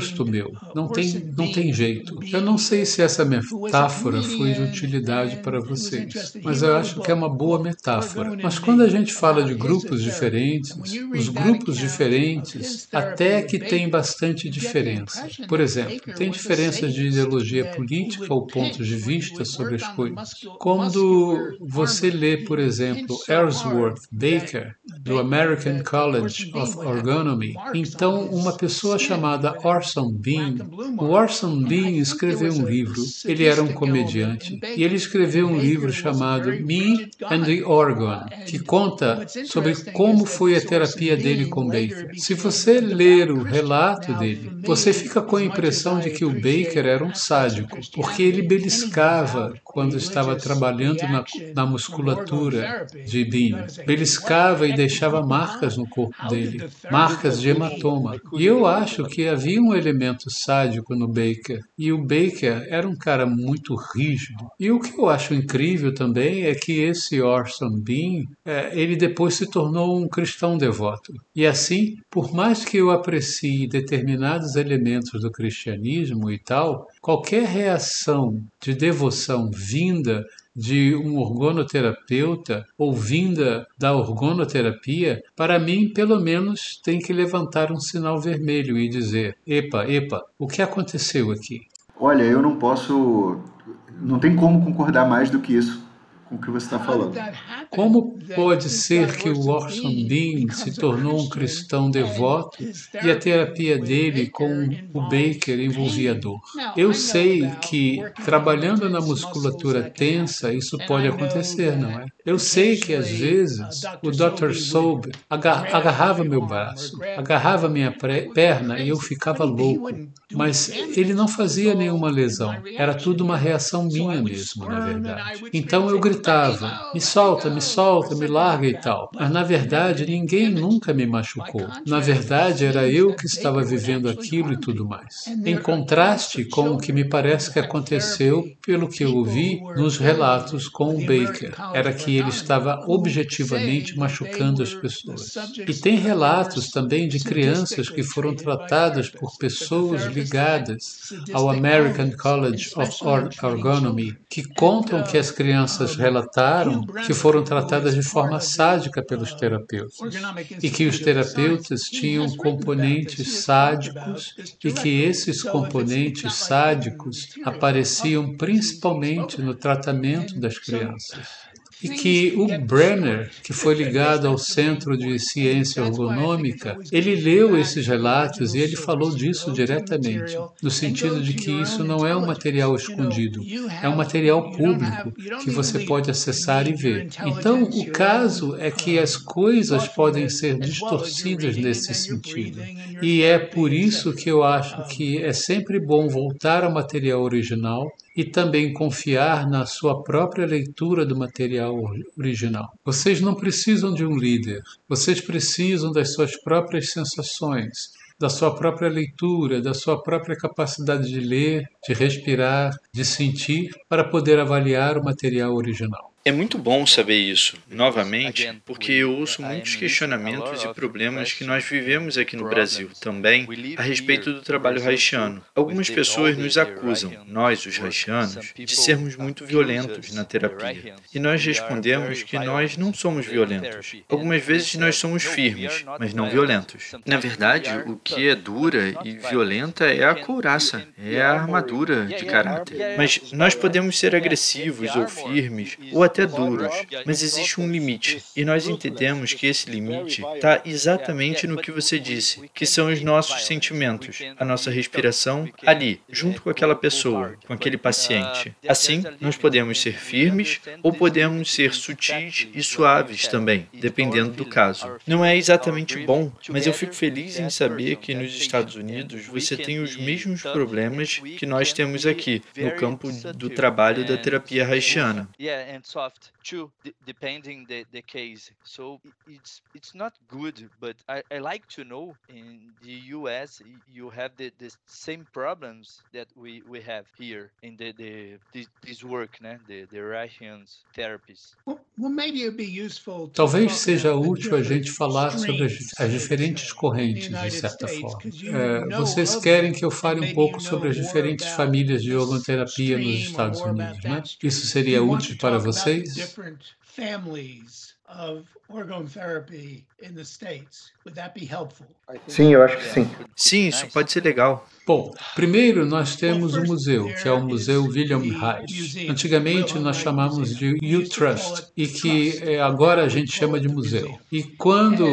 entendeu. Não tem, não tem jeito. Eu não sei se essa metáfora foi de utilidade para vocês, mas eu acho que é uma boa metáfora. Mas quando a gente fala de grupos diferentes, os grupos diferentes até que têm bastante diferença. Por exemplo, tem diferenças de ideologia política ou pontos de vista sobre as coisas. Quando você lê, por exemplo, Ellsworth Baker, do American College of Ergonomy, então uma pessoa chamada Orson Bean, o Orson Bean escreveu um livro, ele era um comediante, e ele escreveu um livro chamado Me and the Orgon, que conta sobre como foi a terapia dele com Baker. Se você ler o relato dele, você fica com a impressão de que o Baker era um sádico, porque ele beliscava quando estava trabalhando na, na musculatura de Bean. Beliscava e deixava marcas no corpo dele, marcas de hematoma. E eu acho que havia um elemento sádico no Baker, e o Baker era um cara muito rígido. E o que eu acho incrível também é que esse Orson Bean, é, ele depois se tornou um cristão devoto. E assim, por mais que eu aprecie determinados elementos do cristianismo e tal, qualquer reação de devoção vinda de um orgonoterapeuta ou vinda da orgonoterapia, para mim, pelo menos, tem que levantar um sinal vermelho e dizer: epa, epa, o que aconteceu aqui? Olha, eu não posso, não tem como concordar mais do que isso com o que você está falando. Como pode ser que o Orson Bean se tornou um cristão devoto e a terapia dele com o Baker envolvia dor? Eu sei que, trabalhando na musculatura tensa, isso pode acontecer, não é? Eu sei que, às vezes, o doutor Soube agarrava meu braço, agarrava minha perna e eu ficava louco. Mas ele não fazia nenhuma lesão. Era tudo uma reação minha mesmo, na verdade. Então eu gritava: me solta, me solta, me larga e tal. Mas, na verdade, ninguém nunca me machucou. Na verdade, era eu que estava vivendo aquilo e tudo mais. Em contraste com o que me parece que aconteceu, pelo que eu ouvi nos relatos com o Baker, era que ele estava objetivamente machucando as pessoas. E tem relatos também de crianças que foram tratadas por pessoas ligadas ao American College of Ergonomy, que contam que as crianças relataram que foram tratadas de forma sádica pelos terapeutas e que os terapeutas tinham componentes sádicos e que esses componentes sádicos apareciam principalmente no tratamento das crianças. E que o Brenner, que foi ligado ao Centro de Ciência Ergonômica, ele leu esses relatos e ele falou disso diretamente, no sentido de que isso não é um material escondido, é um material público que você pode acessar e ver. Então, o caso é que as coisas podem ser distorcidas nesse sentido. E é por isso que eu acho que é sempre bom voltar ao material original e também confiar na sua própria leitura do material original. Vocês não precisam de um líder, vocês precisam das suas próprias sensações, da sua própria leitura, da sua própria capacidade de ler, de respirar, de sentir, para poder avaliar o material original. É muito bom saber isso, novamente, porque eu ouço muitos questionamentos e problemas que nós vivemos aqui no Brasil também a respeito do trabalho haitiano. Algumas pessoas nos acusam, nós, os haitianos, de sermos muito violentos na terapia. E nós respondemos que nós não somos violentos. Algumas vezes nós somos firmes, mas não violentos. Na verdade, o que é dura e violenta é a couraça, é a armadura de caráter. Mas nós podemos ser agressivos ou firmes, ou até até duros, mas existe um limite, e nós entendemos que esse limite está exatamente no que você disse, que são os nossos sentimentos, a nossa respiração ali, junto com aquela pessoa, com aquele paciente. Assim, nós podemos ser firmes ou podemos ser sutis e suaves também, dependendo do caso. Não é exatamente bom, mas eu fico feliz em saber que nos Estados Unidos você tem os mesmos problemas que nós temos aqui, no campo do trabalho da terapia haitiana. Too, depending the, the case. So it's it's not good, but I, I like to know in the U S you have the, the same problems that we, we have here in the, the this, this work, né? The, the Russian therapies. Talvez seja útil a gente falar sobre as, as diferentes correntes, de certa forma. É, vocês querem que eu fale um pouco sobre as diferentes famílias de organoterapia nos Estados Unidos, né? Isso seria útil para vocês? Sim, eu acho que sim. Sim, isso pode ser legal. Bom, primeiro nós temos o museu, que é o Museu William Reich. Antigamente nós chamávamos de U-Trust, e que eh, agora a gente chama de museu. E quando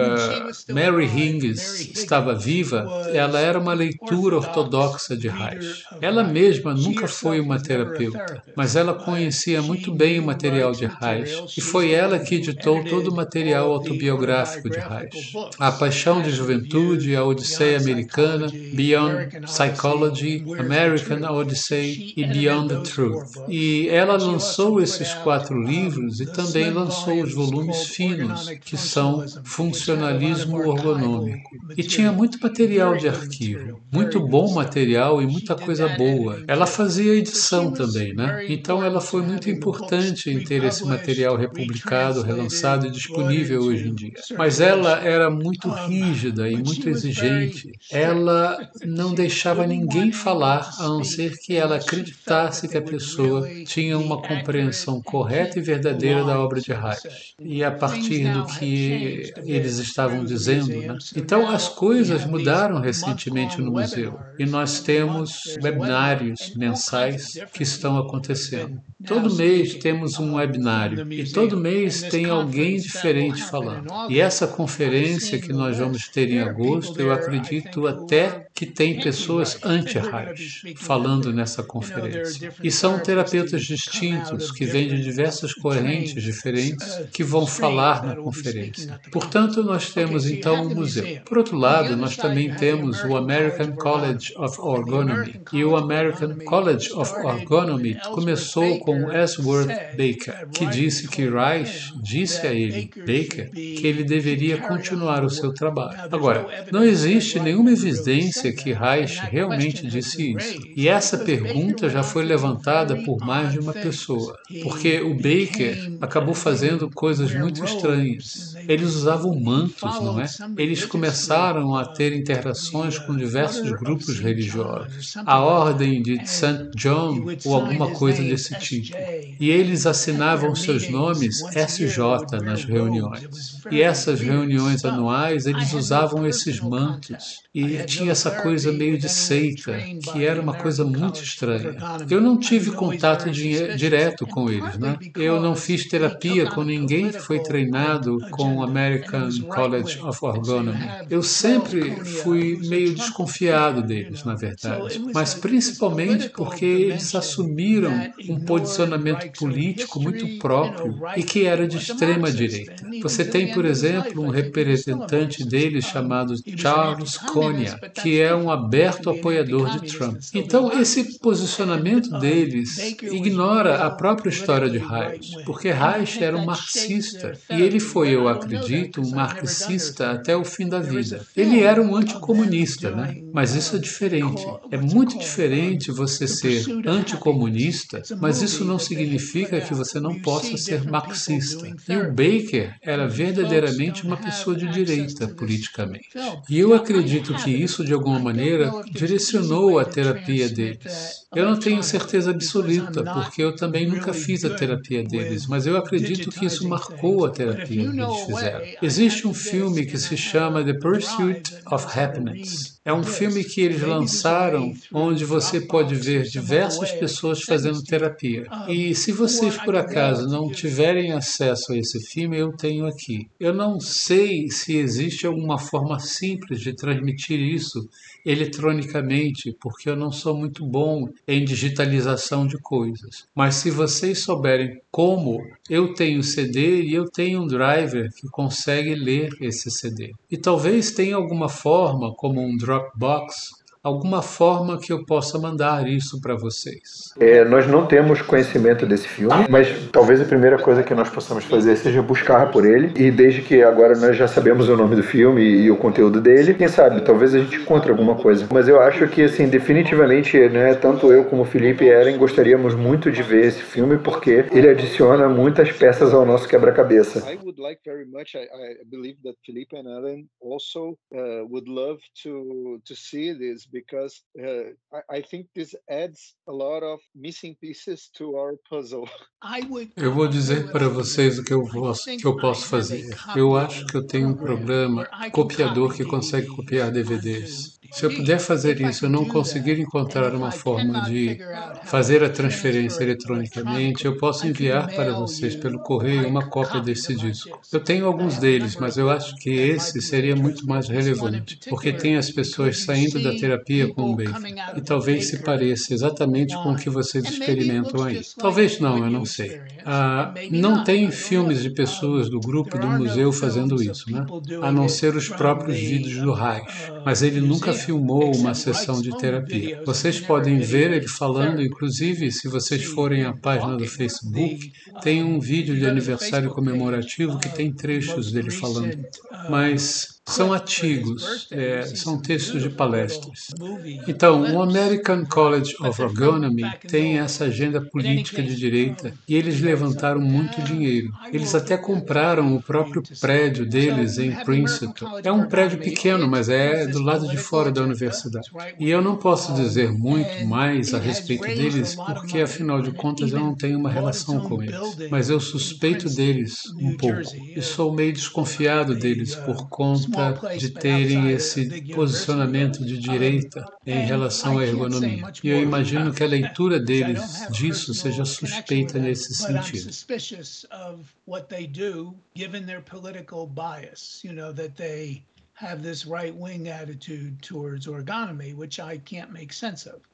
uh, Mary Hingis estava viva, ela era uma leitura ortodoxa de Reich. Ela mesma nunca foi uma terapeuta, mas ela conhecia muito bem o material de Reich, e foi ela que editou todo o material autobiográfico de Reich. A Paixão de Juventude, A Odisseia Americana, Beyond Psychology, American Odyssey e Beyond the Truth. E ela lançou esses quatro livros e também lançou os volumes finos, que são Funcionalismo Orgonômico. E tinha muito material de arquivo, muito bom material e muita coisa boa. Ela fazia edição também, né? Então ela foi muito importante em ter esse material republicado, relançado e disponível hoje em dia. Mas ela era muito rígida e muito exigente. Ela não deixava ninguém falar, a não ser que ela acreditasse que a pessoa tinha uma compreensão correta e verdadeira da obra de Reich. E a partir do que eles estavam dizendo, né? Então as coisas mudaram recentemente no museu. E nós temos webinários mensais que estão acontecendo. Todo mês temos um webinário e todo mês tem alguém diferente falando. E essa conferência que nós vamos ter em agosto, eu acredito até que tem pessoas anti-Reich falando nessa conferência. E são terapeutas distintos que vêm de diversas correntes diferentes que vão falar na conferência. Portanto, nós temos então um museu. Por outro lado, nós também temos o American College of Orgonomy. E o American College of Orgonomy começou com Ellsworth Baker, que disse que Reich disse a ele, Baker, que ele deveria continuar o seu trabalho. Agora, não existe nenhuma evidência que Reich realmente disse isso. E essa pergunta já foi levantada por mais de uma pessoa, porque o Baker acabou fazendo coisas muito estranhas. Eles usavam mantos, não é? Eles começaram a ter interações com diversos grupos religiosos, a ordem de Saint John ou alguma coisa desse tipo. E eles assinavam seus nomes S J nas reuniões. E essas reuniões anuais, eles usavam esses mantos. E tinha essa coisa meio de seita, que era uma coisa muito estranha. Eu não tive contato di- direto com eles, né? Eu não fiz terapia com ninguém que foi treinado com o American College of Orgonomy. Eu sempre fui meio desconfiado deles, na verdade. Mas principalmente porque eles assumiram um posicionamento político muito próprio e que era de extrema direita. Você tem, por exemplo, um representante deles chamado Charles Konya, que é um aberto apoiador de Trump. Então, esse posicionamento deles ignora a própria história de Reich, porque Reich era um marxista, e ele foi, eu acredito, um marxista até o fim da vida. Ele era um anticomunista, né? Mas isso é diferente. É muito diferente você ser anticomunista, mas isso não significa que você não possa ser marxista. E o Baker era verdadeiramente uma pessoa de direita politicamente. E eu acredito que isso, de alguma maneira, direcionou a terapia deles. Eu não tenho certeza absoluta, porque eu também nunca fiz a terapia deles, mas eu acredito que isso marcou a terapia que eles fizeram. Existe um filme que se chama The Pursuit of Happiness. É um filme que eles lançaram, onde você pode ver diversas pessoas fazendo terapia. E se vocês, por acaso, não tiverem acesso a esse filme, eu tenho aqui. Eu não sei se existe alguma forma simples de transmitir isso eletronicamente, porque eu não sou muito bom em digitalização de coisas. Mas se vocês souberem como, eu tenho C D e eu tenho um driver que consegue ler esse C D. E talvez tenha alguma forma, como um Dropbox, alguma forma que eu possa mandar isso para vocês? É, nós não temos conhecimento desse filme, mas talvez a primeira coisa que nós possamos fazer seja buscar por ele, e desde que agora nós já sabemos o nome do filme e o conteúdo dele, quem sabe, talvez a gente encontre alguma coisa. Mas eu acho que, assim, definitivamente, né, tanto eu como o Felipe e Ellen gostaríamos muito de ver esse filme, porque ele adiciona muitas peças ao nosso quebra-cabeça. I would like very much, I, I believe that Felipe and Ellen also uh, would love to to see this, because uh, I, I think this adds a lot of missing pieces to our puzzle. Eu vou dizer para vocês o que eu, posso, que eu posso fazer. Eu acho que eu tenho um programa copiador que consegue copiar D V Ds. Se eu puder fazer isso, eu não conseguir encontrar uma forma de fazer a transferência eletronicamente, eu posso enviar para vocês pelo correio uma cópia desse disco. Eu tenho alguns deles, mas eu acho que esse seria muito mais relevante, porque tem as pessoas saindo da terapia com o Baker, e talvez se pareça exatamente com o que vocês experimentam aí. Talvez não, eu não sei. Ah, não tem filmes de pessoas do grupo do museu fazendo isso, né? A não ser os próprios vídeos do Reich, mas ele nunca filmou uma sessão de terapia. Vocês podem ver ele falando, inclusive, se vocês forem à página do Facebook, tem um vídeo de aniversário comemorativo que tem trechos dele falando. Mas são artigos, é, são textos de palestras. Então, o American College of Ergonomy tem essa agenda política de direita e eles levantaram muito dinheiro. Eles até compraram o próprio prédio deles em Princeton. É um prédio pequeno, mas é do lado de fora da universidade. E eu não posso dizer muito mais a respeito deles, porque, afinal de contas, eu não tenho uma relação com eles. Mas eu suspeito deles um pouco e sou meio desconfiado deles por conta de terem esse posicionamento de direita em relação à ergonomia. E eu imagino que a leitura deles disso seja suspeita nesse sentido. Have this right-wing attitude towards ergonomy, which I can't make sense of.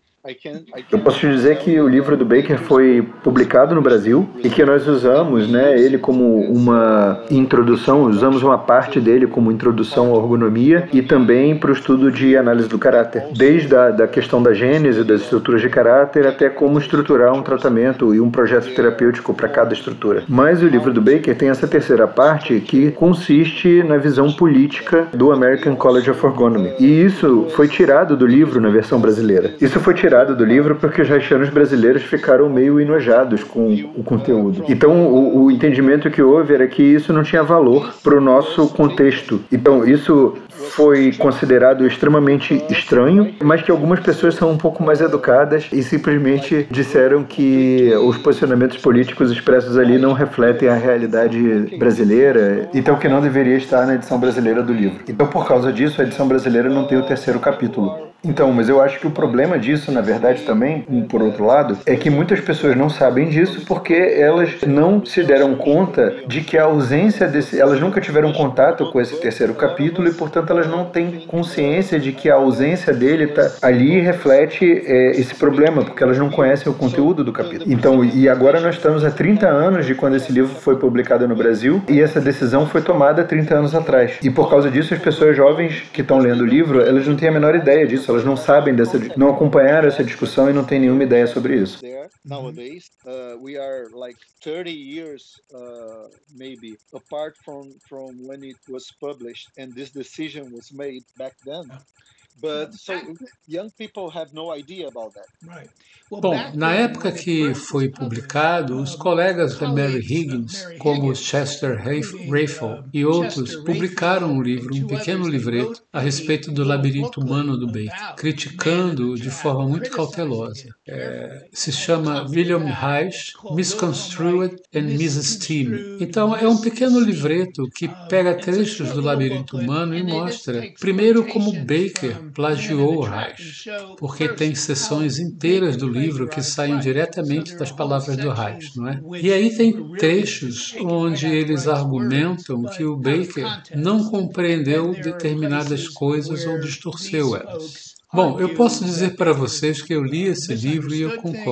Eu posso te dizer que o livro do Baker foi publicado no Brasil e que nós usamos, né, ele como uma introdução, usamos uma parte dele como introdução à ergonomia e também para o estudo de análise do caráter, desde a da questão da gênese, das estruturas de caráter, até como estruturar um tratamento e um projeto terapêutico para cada estrutura. Mas o livro do Baker tem essa terceira parte que consiste na visão política do American College of Ergonomy. E isso foi tirado do livro na versão brasileira. Isso foi tirado do livro porque os haitianos brasileiros ficaram meio enojados com o conteúdo. Então, o, o entendimento que houve era que isso não tinha valor para o nosso contexto. Então, isso foi considerado extremamente estranho, mas que algumas pessoas são um pouco mais educadas e simplesmente disseram que os posicionamentos políticos expressos ali não refletem a realidade brasileira, então que não deveria estar na edição brasileira do livro. Então, por causa disso, a edição brasileira não tem o terceiro capítulo. Então, mas eu acho que o problema disso, na verdade, também, por outro lado, é que muitas pessoas não sabem disso porque elas não se deram conta de que a ausência desse... Elas nunca tiveram contato com esse terceiro capítulo e, portanto, elas não têm consciência de que a ausência dele tá ali reflete é, esse problema, porque elas não conhecem o conteúdo do capítulo. Então, e agora nós estamos há trinta anos de quando esse livro foi publicado no Brasil e essa decisão foi tomada há trinta anos atrás. E por causa disso, as pessoas jovens que estão lendo o livro, elas não têm a menor ideia disso. Elas não sabem dessa, não acompanharam essa discussão e não têm nenhuma ideia sobre isso. Nowadays, uh, we are like thirty years, uh, maybe, apart from from when it was published, and this decision was made back then. But so young people have no idea about that. Right. Bom, na época que foi publicado, os colegas da Mary Higgins, como Chester Rafel e outros, publicaram um livro, um pequeno livreto, a respeito do labirinto humano do Baker, criticando-o de forma muito cautelosa. É, se chama William Reich, Misconstrued and Misesteemed. Então, é um pequeno livreto que pega trechos do labirinto humano e mostra, primeiro, como Baker plagiou Reich, porque tem seções inteiras do livro que saem diretamente das palavras do Reich, não é? E aí tem trechos onde eles argumentam que o Baker não compreendeu determinadas coisas ou distorceu elas. Bom, eu posso dizer para vocês que eu li esse livro e eu concordo.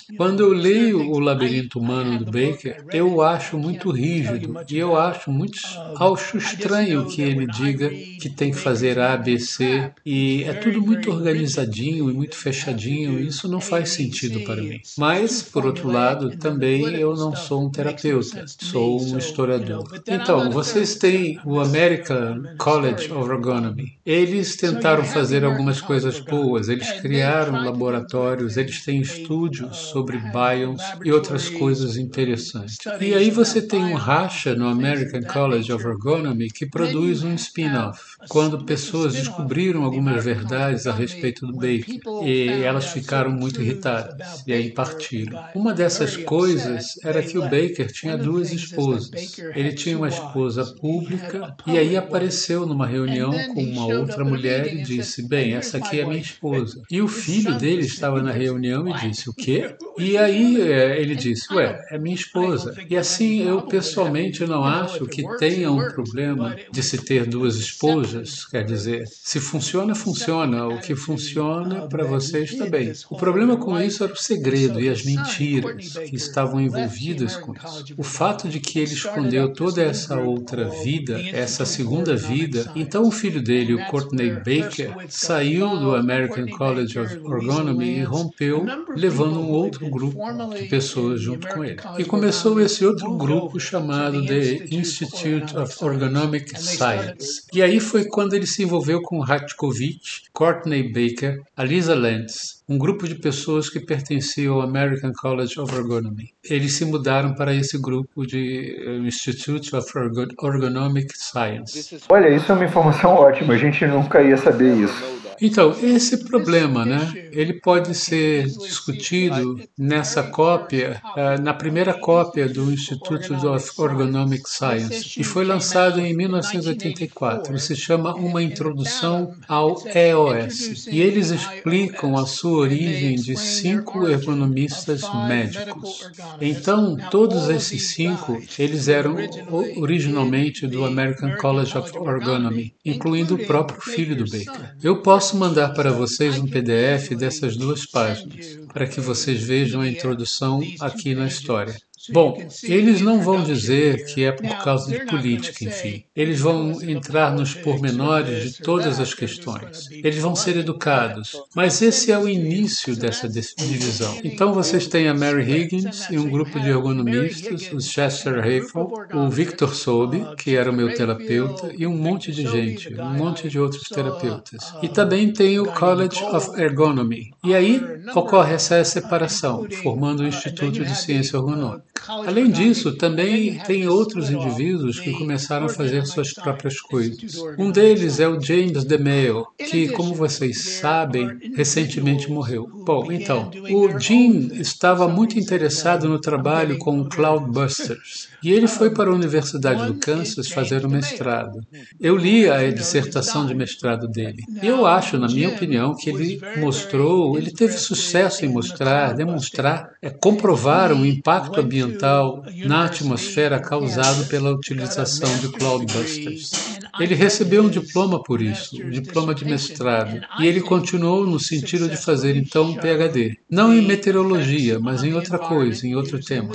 Quando eu leio O Labirinto Humano do Baker, eu o acho muito rígido e eu acho muito acho estranho que ele diga que tem que fazer A, B, C e é tudo muito organizadinho e muito fechadinho e isso não faz sentido para mim. Mas, por outro lado, também eu não sou um terapeuta, sou um historiador. Então, vocês têm o American College of Ergonomy. Eles tentaram fazer algumas coisas boas, eles criaram laboratórios, eles têm estúdios sobre biomes e outras coisas interessantes. E aí você tem um racha no American College of Ergonomy que produz um spin-off, quando pessoas descobriram algumas verdades a respeito do Baker e elas ficaram muito irritadas e aí partiram. Uma dessas coisas era que o Baker tinha duas esposas. Ele tinha uma esposa pública e aí apareceu numa reunião com uma outra mulher e disse, bem, essa aqui é minha esposa. E o filho dele estava na reunião e disse, o quê? E aí ele disse, ué, é minha esposa. E assim, eu pessoalmente não acho que tenha um problema de se ter duas esposas, quer dizer, se funciona, funciona. O que funciona para você está bem. O problema com isso era o segredo e as mentiras que estavam envolvidas com isso. O fato de que ele escondeu toda essa outra vida, essa segunda vida, então o filho dele, o Courtney Baker, saiu do American College of Ergonomy e rompeu, levando um outro grupo de pessoas junto com ele. E começou esse outro grupo chamado The Institute of Ergonomic Science. E aí foi quando ele se envolveu com Ratkovich, Courtney Baker, a Lisa Lentz, um grupo de pessoas que pertenciam ao American College of Ergonomy. Eles se mudaram para esse grupo de Institute of Ergonomic Science. Olha, isso é uma informação ótima, a gente nunca ia saber isso. Então, esse problema, né, ele pode ser discutido nessa cópia, na primeira cópia do Institute of Ergonomic Science, e foi lançado em mil novecentos e oitenta e quatro. Ele se chama Uma Introdução ao E O S. E eles explicam a sua origem de cinco ergonomistas médicos. Então, todos esses cinco, eles eram originalmente do American College of Ergonomy, incluindo o próprio filho do Baker. Eu posso mandar para vocês um P D F dessas duas páginas, para que vocês vejam a introdução aqui na história. Bom, eles não vão dizer que é por causa de política, enfim. Eles vão entrar nos pormenores de todas as questões. Eles vão ser educados. Mas esse é o início dessa divisão. Então vocês têm a Mary Higgins e um grupo de ergonomistas, o Chester Haefel, o Victor Sobey, que era o meu terapeuta, e um monte de gente, um monte de outros terapeutas. E também tem o College of Ergonomy. E aí ocorre essa separação, formando o Instituto de Ciência Ergonômica. Além disso, também tem outros indivíduos que começaram a fazer suas próprias coisas. Um deles é o James DeMeo, que, como vocês sabem, recentemente morreu. Bom, então, o Jim estava muito interessado no trabalho com o Cloudbusters, e ele foi para a Universidade do Kansas fazer o mestrado. Eu li a dissertação de mestrado dele. E eu acho, na minha opinião, que ele mostrou, ele teve sucesso em mostrar, demonstrar, é, comprovar o impacto ambiental na atmosfera causado pela utilização de Cloudbusters. Ele recebeu um diploma por isso, um diploma de mestrado, e ele continuou no sentido de fazer então um P H D, não em meteorologia, mas em outra coisa, em outro tema.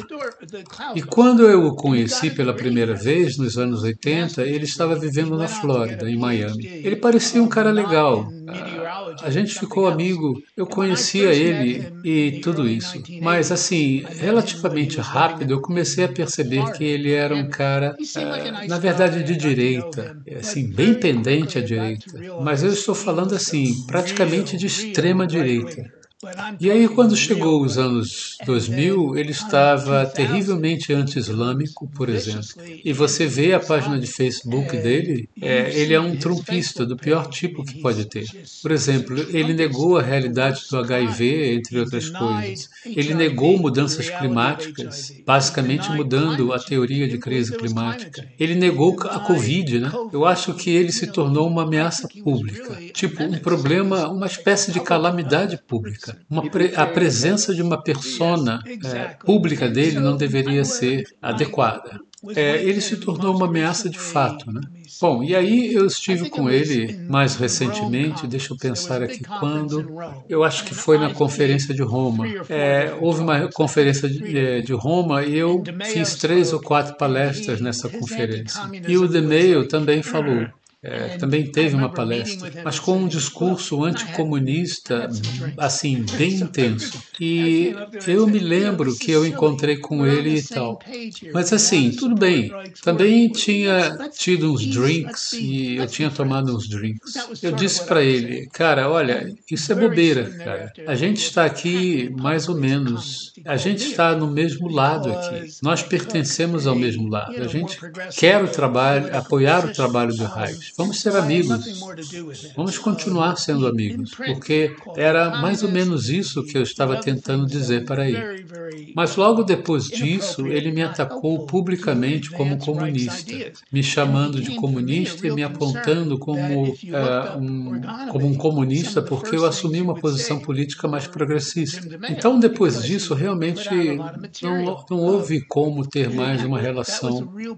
E quando eu o conheci pela primeira vez, nos anos oitenta, ele estava vivendo na Flórida, em Miami. Ele parecia um cara legal. A gente ficou amigo, eu conhecia ele e tudo isso. Mas, assim, relativamente rápido, eu comecei a perceber que ele era um cara, uh, na verdade, de direita, assim, bem pendente à direita. Mas eu estou falando, assim, praticamente de extrema direita. E aí, quando chegou os anos dois mil, ele estava terrivelmente anti-islâmico, por exemplo. E você vê a página de Facebook dele, é, ele é um trumpista do pior tipo que pode ter. Por exemplo, ele negou a realidade do H I V, entre outras coisas. Ele negou mudanças climáticas, basicamente mudando a teoria de crise climática. Ele negou a Covid, né? Eu acho que ele se tornou uma ameaça pública, tipo um problema, uma espécie de calamidade pública. comunista. Uma pre, a presença de uma persona é, pública dele não deveria ser adequada. É, ele se tornou uma ameaça de fato, né? Bom, e aí eu estive com ele mais recentemente, deixa eu pensar aqui quando, eu acho que foi na Conferência de Roma. É, houve uma conferência de, de Roma e eu fiz três ou quatro palestras nessa conferência. E o DeMaio também falou. É, também teve uma palestra, mas com um discurso anticomunista, assim, bem intenso. E eu me lembro que eu encontrei com ele e tal. Mas assim, tudo bem. Também tinha tido uns drinks e eu tinha tomado uns drinks. Eu disse para ele, cara, olha, isso é bobeira, cara. A gente está aqui mais ou menos, a gente está no mesmo lado aqui. Nós pertencemos ao mesmo lado. A gente quer o trabalho, apoiar o trabalho do Reich. Vamos ser amigos, vamos continuar sendo amigos, porque era mais ou menos isso que eu estava tentando dizer para ele. Mas logo depois disso, ele me atacou publicamente como comunista, me chamando de comunista e me apontando como, uh, um, como um comunista porque eu assumi uma posição política mais progressista. Então, depois disso, realmente não, não houve como ter mais uma relação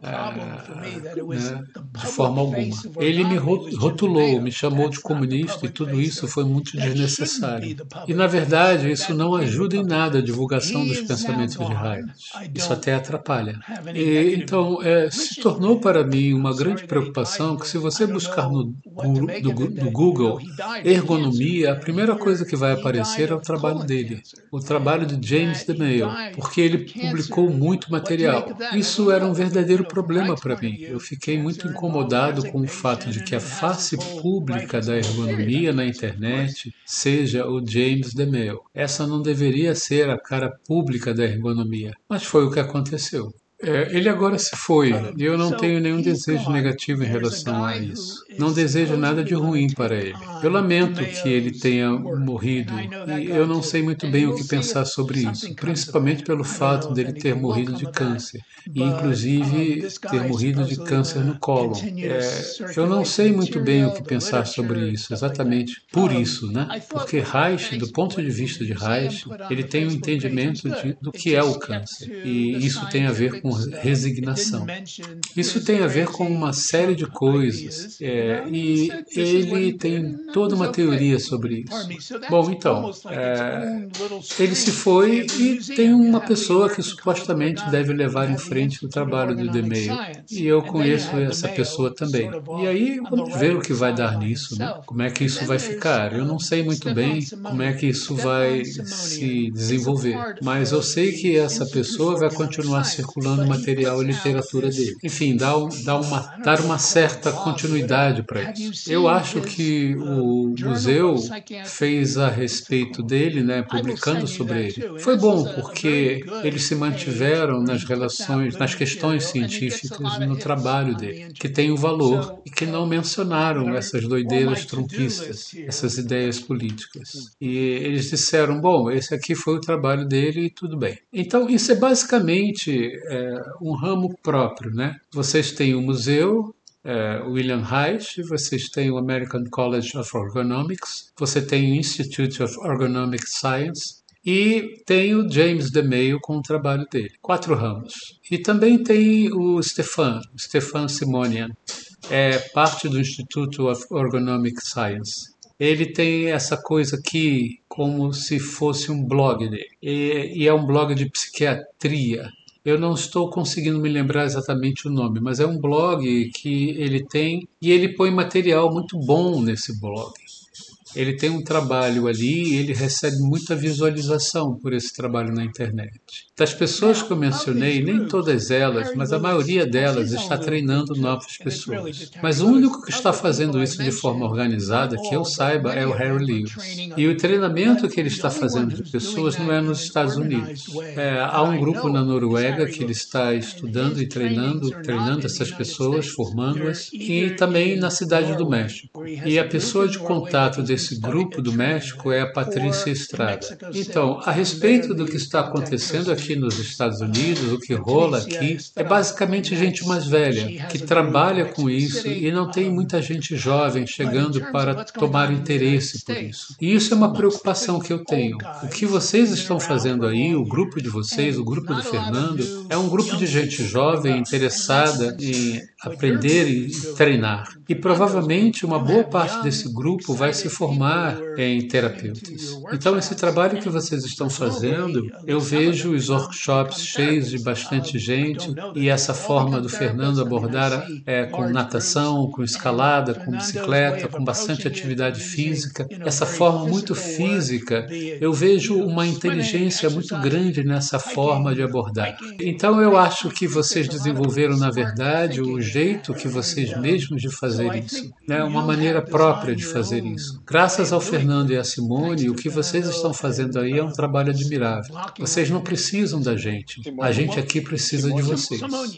uh, né, de forma alguma. Ele me rotulou, me chamou de comunista e tudo isso foi muito desnecessário. E, na verdade, isso não ajuda em nada a divulgação dos pensamentos de Reich. Isso até atrapalha. E, então, é, se tornou para mim uma grande preocupação que se você buscar no, no, no Google ergonomia, a primeira coisa que vai aparecer é o trabalho dele, o trabalho de James DeMaio, porque ele publicou muito material. Isso era um verdadeiro problema para mim. Eu fiquei muito incomodado com o fato de que a face pública da ergonomia na internet seja o James DeMaio. Essa não deveria ser a cara pública da ergonomia, mas foi o que aconteceu. É, ele agora se foi e eu não tenho nenhum desejo negativo em relação a isso. Não desejo nada de ruim para ele. Eu lamento que ele tenha morrido e eu não sei muito bem o que pensar sobre isso, principalmente pelo fato dele ter morrido de câncer e inclusive ter morrido de câncer no cólon. É, eu não sei muito bem o que pensar sobre isso, exatamente por isso, né? Porque Reich, do ponto de vista de Reich, ele tem um entendimento de, do que é o câncer e isso tem a ver com resignação. Isso tem a ver com uma série de coisas é, e ele tem toda uma teoria sobre isso. Bom, então, é, ele se foi e tem uma pessoa que supostamente deve levar em frente o trabalho do DeMaio e eu conheço essa pessoa também. E aí vamos ver o que vai dar nisso, né? Como é que isso vai ficar. Eu não sei muito bem como é que isso vai se desenvolver, mas eu sei que essa pessoa vai continuar circulando material e literatura dele. Enfim, dá, um, dá uma, dar uma certa continuidade para isso. Eu acho que o museu fez a respeito dele, né, publicando sobre ele. Foi bom, porque eles se mantiveram nas relações, nas questões científicas no trabalho dele, que tem o valor e que não mencionaram essas doideiras trumpistas, essas ideias políticas. E eles disseram, bom, esse aqui foi o trabalho dele e tudo bem. Então, isso é basicamente é, um ramo próprio, né? Vocês têm o museu, é, William Reich, vocês têm o American College of Ergonomics, você tem o Institute of Ergonomic Science e tem o James DeMaio com o trabalho dele. Quatro ramos. E também tem o Stefan, Stefan Simonian, é parte do Institute of Ergonomic Science. Ele tem essa coisa aqui como se fosse um blog dele. E, e é um blog de psiquiatria. Eu não estou conseguindo me lembrar exatamente o nome, mas é um blog que ele tem e ele põe material muito bom nesse blog. Ele tem um trabalho ali e ele recebe muita visualização por esse trabalho na internet. Das pessoas que eu mencionei, nem todas elas, mas a maioria delas está treinando novas pessoas. Mas o único que está fazendo isso de forma organizada, que eu saiba, é o Harry Lewis. E o treinamento que ele está fazendo de pessoas não é nos Estados Unidos. É, há um grupo na Noruega que ele está estudando e treinando, treinando essas pessoas, formando-as, e também na Cidade do México. E a pessoa de contato desse desse grupo do México é a Patrícia Estrada. Então, a respeito do que está acontecendo aqui nos Estados Unidos, o que rola aqui, é basicamente gente mais velha, que trabalha com isso e não tem muita gente jovem chegando para tomar interesse por isso. E isso é uma preocupação que eu tenho. O que vocês estão fazendo aí, o grupo de vocês, o grupo do Fernando, é um grupo de gente jovem interessada em aprender e treinar. E provavelmente uma boa parte desse grupo vai se formar em terapeutas. Então, esse trabalho que vocês estão fazendo, eu vejo os workshops cheios de bastante gente e essa forma do Fernando abordar é, com natação, com escalada, com bicicleta, com bastante atividade física. Essa forma muito física, eu vejo uma inteligência muito grande nessa forma de abordar. Então, eu acho que vocês desenvolveram, na verdade, o jeito que vocês mesmos de fazer isso, né? Uma maneira própria de fazer isso. Graças ao Fernando e à Simone, o que vocês estão fazendo aí é um trabalho admirável. Vocês não precisam da gente. A gente aqui precisa de vocês.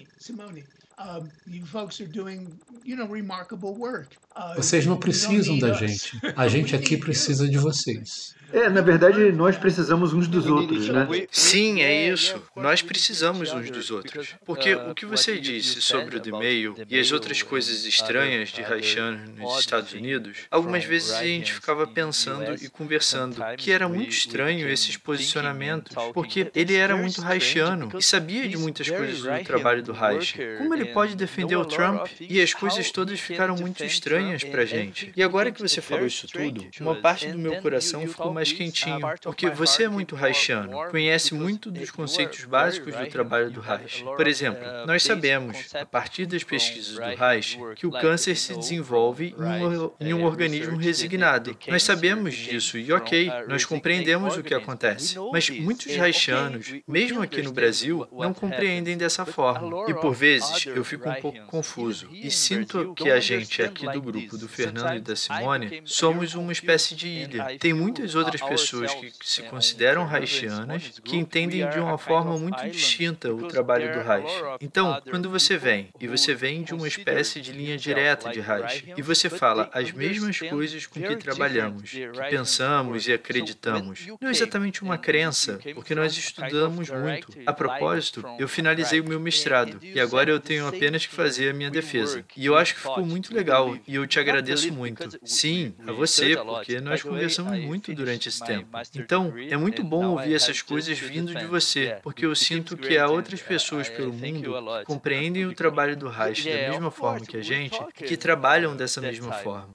Vocês não precisam da gente. A gente aqui precisa de vocês. É, na verdade, nós precisamos uns dos outros, né? Sim, é isso. Nós precisamos uns dos outros. Porque o que você disse sobre o e-mail e as outras coisas estranhas de Haitiano nos Estados Unidos, algumas vezes a gente ficava pensando e conversando que era muito estranho esses posicionamentos, porque ele era muito haitiano e sabia de muitas coisas do trabalho do Reich. Como ele pode defender o Trump? E as coisas todas ficaram muito estranhas pra gente. E agora que você falou isso tudo, uma parte do meu coração ficou mais quentinho, porque você é muito haitiano, conhece muito dos conceitos básicos do trabalho do Reich. Por exemplo, nós sabemos, a partir das pesquisas do Reich, que o câncer se desenvolve em um, em um organismo resignado. Nós sabemos disso e, ok, nós compreendemos o que acontece. Mas muitos haitianos, mesmo aqui no Brasil, não compreendem dessa forma. E, por vezes, eu fico um pouco confuso e sinto que a gente aqui do grupo do Fernando e da Simone somos uma espécie de ilha. Tem muitas outras outras pessoas que se consideram haitianas que entendem de uma forma muito distinta o trabalho do Reich. Então, quando você vem, e você vem de uma espécie de linha direta de Reich, e você fala as mesmas coisas com que trabalhamos, que pensamos e acreditamos, não é exatamente uma crença, porque nós estudamos muito. A propósito, eu finalizei o meu mestrado, e agora eu tenho apenas que fazer a minha defesa. E eu acho que ficou muito legal, e eu te agradeço muito. Sim, a você, porque nós conversamos muito durante esse tempo. Então, é muito bom ouvir essas coisas vindo de você, porque eu sinto que há outras pessoas pelo mundo que compreendem o trabalho do Reich da mesma forma que a gente e que trabalham dessa mesma forma.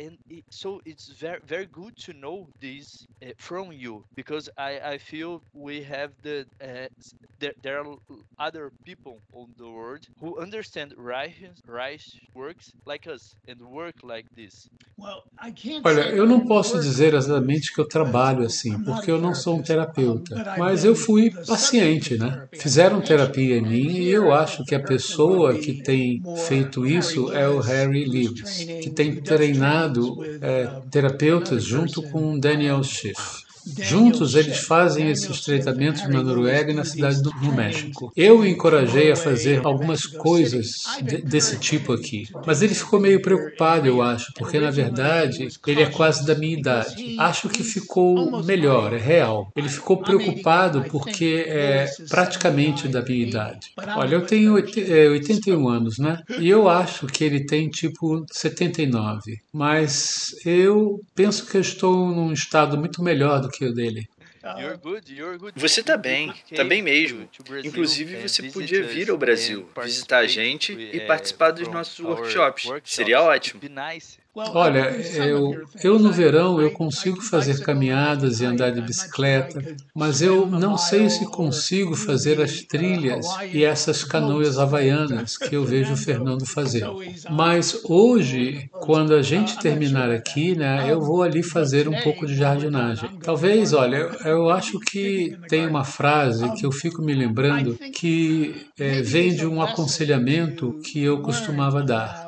Olha, eu não posso dizer exatamente que eu trabalho assim, porque eu não sou um terapeuta, mas eu fui paciente, né? Fizeram terapia em mim e eu acho que a pessoa que tem feito isso é o Harry Lewis, que tem treinado é, terapeutas junto com Daniel Schiff. Juntos, eles fazem esses tratamentos na Noruega e na cidade do no México. Eu o encorajei a fazer algumas coisas de, desse tipo aqui, mas ele ficou meio preocupado, eu acho, porque, na verdade, ele é quase da minha idade. Acho que ficou melhor, é real. Ele ficou preocupado porque é praticamente da minha idade. Olha, eu tenho oitenta e um anos, né? E eu acho que ele tem, tipo, setenta e nove. Mas eu penso que eu estou num estado muito melhor do que o dele. Você está bem, está bem mesmo. Inclusive, você podia vir ao Brasil, visitar a gente e participar dos nossos workshops. Seria ótimo. Olha, eu, eu no verão eu consigo fazer caminhadas e andar de bicicleta, mas eu não sei se consigo fazer as trilhas e essas canoas havaianas que eu vejo o Fernando fazer. Mas hoje, quando a gente terminar aqui, né, eu vou ali fazer um pouco de jardinagem. Talvez, olha, eu, eu acho que tem uma frase que eu fico me lembrando que é, vem de um aconselhamento que eu costumava dar.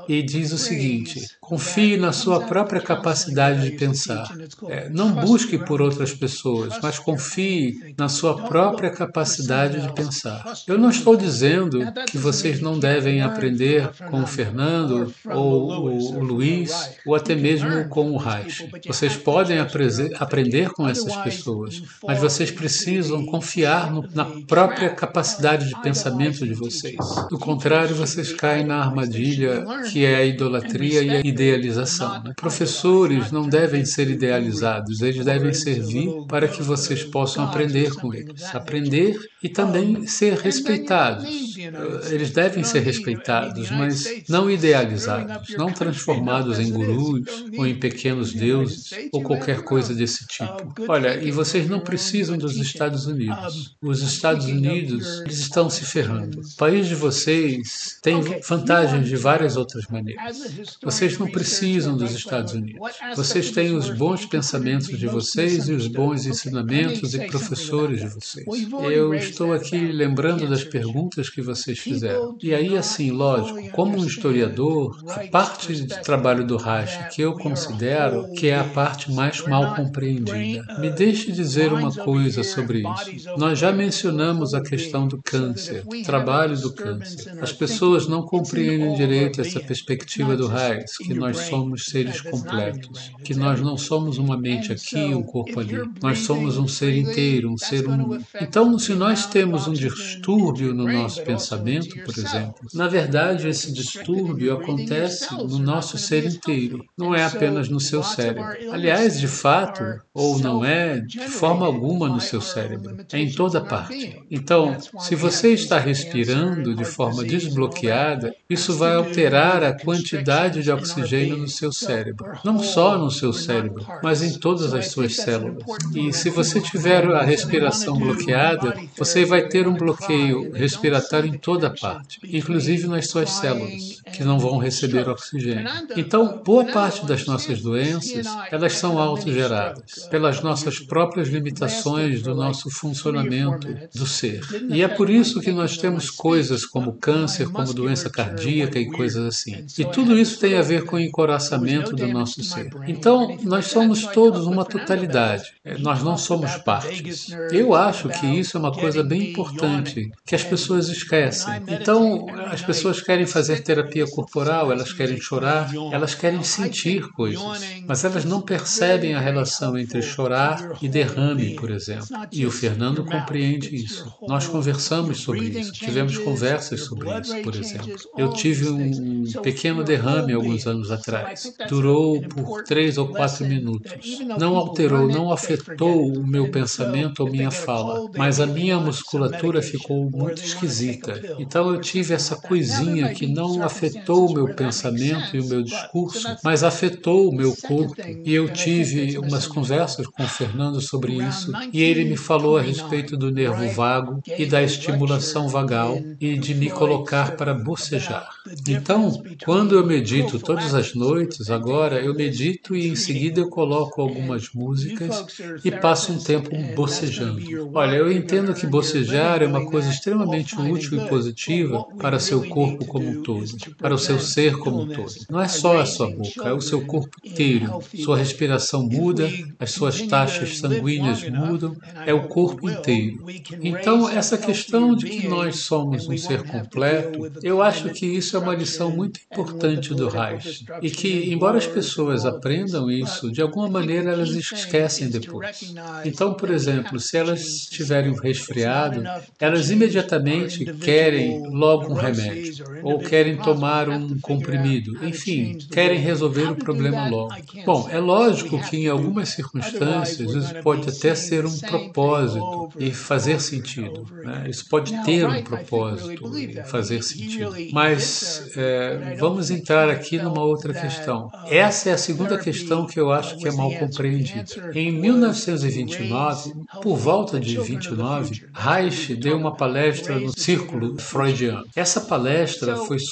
e diz o seguinte: confie na sua própria capacidade de pensar. É, não busque por outras pessoas, mas confie na sua própria capacidade de pensar. Eu não estou dizendo que vocês não devem aprender com o Fernando ou o Luiz ou até mesmo com o Reich. Vocês podem aprender com essas pessoas, mas vocês precisam confiar no, na própria capacidade de pensamento de vocês. Do contrário, vocês caem na armadilha que é a idolatria e a idealização. Né? Professores não devem ser idealizados, eles devem servir para que vocês possam aprender com eles. Aprender e também ser respeitados. Eles devem ser respeitados, mas não idealizados, não transformados em gurus ou em pequenos deuses ou qualquer coisa desse tipo. Olha, e vocês não precisam dos Estados Unidos. Os Estados Unidos, eles estão se ferrando. O país de vocês tem vantagens de várias outras maneiras. Vocês não precisam dos Estados Unidos. Vocês têm os bons pensamentos de vocês e os bons ensinamentos e professores de vocês. Eu estou aqui lembrando das perguntas que vocês fizeram. E aí, assim, lógico, como um historiador, a parte de trabalho do Reich que eu considero que é a parte mais mal compreendida. Me deixe dizer uma coisa sobre isso. Nós já mencionamos a questão do câncer, o trabalho do câncer. As pessoas não compreendem direito essa perspectiva do Reich, que nós somos seres completos, que nós não somos uma mente aqui e um corpo ali. Nós somos um ser inteiro, um ser um... Então, se nós temos um distúrbio no nosso pensamento, por exemplo, na verdade, esse distúrbio acontece no nosso ser inteiro, não é apenas no seu cérebro. Aliás, de fato, ou não é, de forma alguma no seu cérebro, é em toda parte. Então, se você está respirando de forma desbloqueada, isso vai alterar a quantidade de oxigênio no seu cérebro. Não só no seu cérebro, mas em todas as suas células. E se você tiver a respiração bloqueada, você vai ter um bloqueio respiratório em toda parte, inclusive nas suas células, que não vão receber oxigênio. Então, boa parte das nossas doenças, elas são autogeradas, pelas nossas próprias limitações do nosso funcionamento do ser. E é por isso que nós temos coisas como câncer, como doença cardíaca e coisas assim. E tudo isso tem a ver com o encoraçamento do nosso ser. Então, nós somos todos uma totalidade. Nós não somos partes. Eu acho que isso é uma coisa bem importante, que as pessoas esquecem. Então, as pessoas querem fazer terapia corporal, elas querem chorar, elas querem sentir coisas, mas elas não percebem a relação entre chorar e derrame, por exemplo. E o Fernando compreende isso. Nós conversamos sobre isso, tivemos conversas sobre isso, por exemplo. Eu tive um pequeno derrame alguns anos atrás. Durou por três ou quatro minutos. Não alterou, não afetou o meu pensamento ou minha fala, mas a minha musculatura ficou muito esquisita. Então eu tive essa coisinha que não afetou o meu pensamento e o meu discurso, mas afetou o meu corpo. E eu tive umas conversas com o Fernando sobre isso, e ele me falou a respeito do nervo vago e da estimulação vagal e de me colocar para bocejar. Então, quando eu medito todas as noites, agora eu medito e em seguida eu coloco algumas músicas e passo um tempo bocejando. Olha, eu entendo que bocejar é uma coisa extremamente útil e positiva para seu corpo como um todo, para o seu ser como um todo. Não é só a sua boca, é o seu corpo inteiro. Sua respiração muda, as suas taxas sanguíneas mudam, é o corpo inteiro. Então, essa questão de que nós somos um ser completo, eu acho que isso é uma lição muito importante do Reich. E que, embora as pessoas aprendam isso, de alguma maneira elas esquecem depois. Então, por exemplo, se elas tiverem um resfriado, elas imediatamente querem logo um remédio, ou querem tomar um comprimido, enfim, querem resolver o problema logo. Bom, é lógico que em algumas circunstâncias isso pode até ser um propósito e fazer sentido, né? Isso pode ter um propósito e fazer sentido. Mas é, vamos entrar aqui numa outra questão. Essa é a segunda questão que eu acho que é mal compreendida. Em mil novecentos e vinte e nove, por volta de vinte e nove, Reich deu uma palestra no Círculo Freudiano. Essa palestra foi sobre as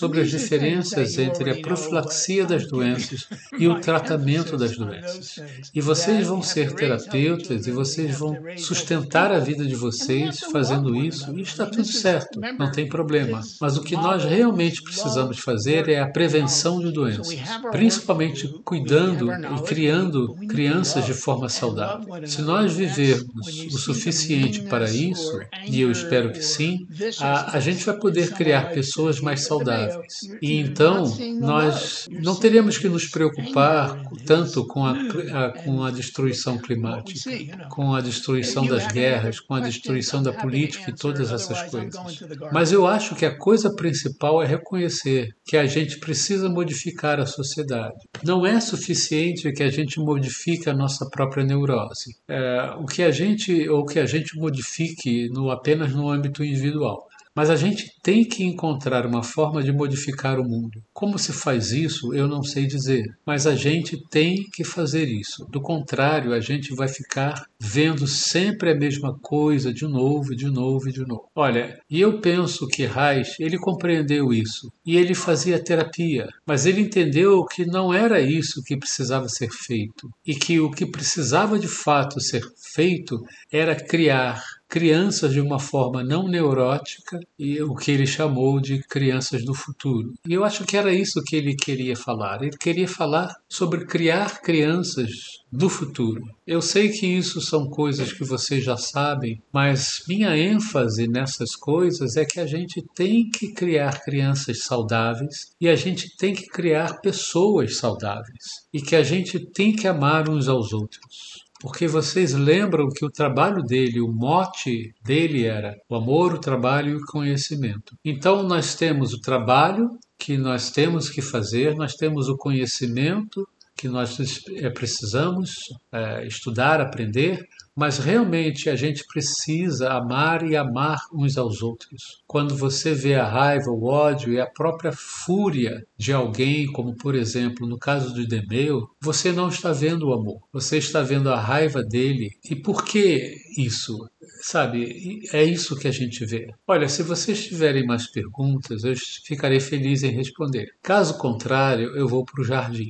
diferenças entre a profilaxia das doenças e o tratamento das doenças. E vocês vão ser terapeutas e vocês vão sustentar a vida de vocês fazendo isso, e está tudo certo, não tem problema. Mas o que nós realmente precisamos fazer é a prevenção de doenças, principalmente cuidando e criando crianças de forma saudável. Se nós vivermos o suficiente para isso, e eu espero que sim, a, a gente vai poder criar pessoas mais saudáveis. E então, nós não teremos que nos preocupar tanto com a, a, com a destruição climática, com a destruição das guerras, com a destruição da política e todas essas coisas. Mas eu acho que a coisa principal é reconhecer que a gente precisa modificar a sociedade. Não é suficiente que a gente modifique a nossa própria neurose. É, o que a gente, ou que a gente modifique no, apenas no âmbito individual. Mas a gente tem que encontrar uma forma de modificar o mundo. Como se faz isso, eu não sei dizer. Mas a gente tem que fazer isso. Do contrário, a gente vai ficar vendo sempre a mesma coisa de novo, de novo e de novo. Olha, e eu penso que Reich, ele compreendeu isso. E ele fazia terapia. Mas ele entendeu que não era isso que precisava ser feito. E que o que precisava de fato ser feito era criar crianças de uma forma não neurótica, e o que ele chamou de crianças do futuro. E eu acho que era isso que ele queria falar. Ele queria falar sobre criar crianças do futuro. Eu sei que isso são coisas que vocês já sabem, mas minha ênfase nessas coisas é que a gente tem que criar crianças saudáveis e a gente tem que criar pessoas saudáveis e que a gente tem que amar uns aos outros. Porque vocês lembram que o trabalho dele, o mote dele era o amor, o trabalho e o conhecimento. Então nós temos o trabalho que nós temos que fazer, nós temos o conhecimento que nós precisamos é, estudar, aprender, mas realmente a gente precisa amar e amar uns aos outros. Quando você vê a raiva, o ódio e a própria fúria de alguém, como por exemplo no caso de Demeo, você não está vendo o amor, você está vendo a raiva dele. E por que isso? Sabe, é isso que a gente vê. Olha, se vocês tiverem mais perguntas, eu ficarei feliz em responder. Caso contrário, eu vou para o jardim.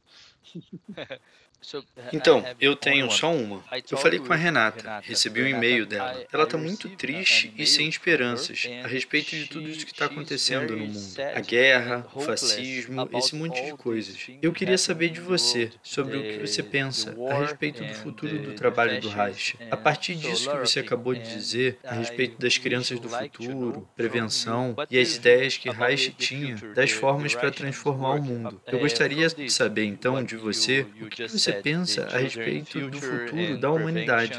Então, eu tenho só uma. Eu falei com a Renata, recebi um e-mail dela. Ela está muito triste e sem esperanças a respeito de tudo isso que está acontecendo no mundo. A guerra, o fascismo, esse monte de coisas. Eu queria saber de você, sobre o que você pensa a respeito do futuro do trabalho do Reich. A partir disso que você acabou de dizer, a respeito das crianças do futuro, prevenção e as ideias que Reich tinha das formas para transformar o mundo. Eu gostaria de saber, então, de você, o que você pensa a respeito do futuro da humanidade.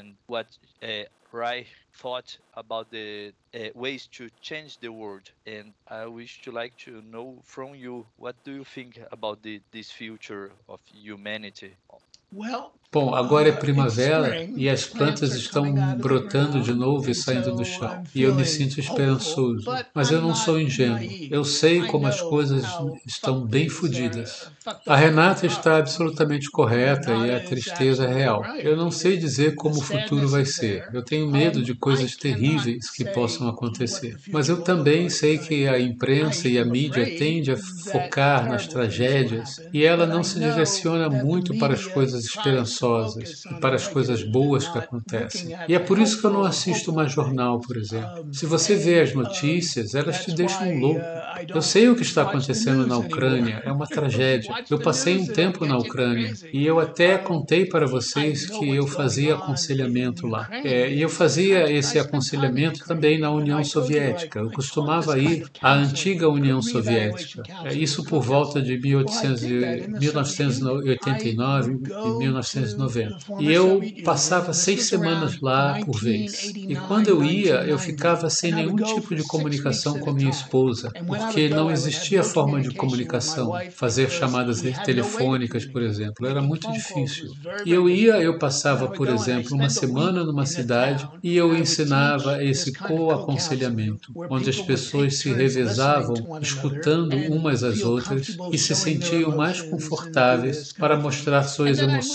Thought about the uh, ways to change the world, and I wish to like to know from you, what do you think about the, this future of humanity? Bom, agora é primavera e as plantas estão brotando de novo e saindo do chão. E eu me sinto esperançoso. Mas eu não sou ingênuo. Eu sei como as coisas estão bem fodidas. A Renata está absolutamente correta e a tristeza é real. Eu não sei dizer como o futuro vai ser. Eu tenho medo de coisas terríveis que possam acontecer. Mas eu também sei que a imprensa e a mídia tende a focar nas tragédias e ela não se direciona muito para as coisas esperançosas e para as coisas boas que acontecem. E é por isso que eu não assisto mais jornal, por exemplo. Se você vê as notícias, elas te deixam louco. Eu sei o que está acontecendo na Ucrânia, é uma tragédia. Eu passei um tempo na Ucrânia e eu até contei para vocês que eu fazia aconselhamento lá. É, e eu fazia esse aconselhamento também na União Soviética. Eu costumava ir à antiga União Soviética. É, isso por volta de mil novecentos e oitenta e nove e mil novecentos e noventa. E eu passava seis semanas lá por vez. E quando eu ia, eu ficava sem nenhum tipo de comunicação com a minha esposa, porque não existia forma de comunicação, fazer chamadas telefônicas, por exemplo, era muito difícil. E eu ia, eu passava, por exemplo, uma semana numa cidade e eu ensinava esse co-aconselhamento, onde as pessoas se revezavam escutando umas às outras e se sentiam mais confortáveis para mostrar suas emoções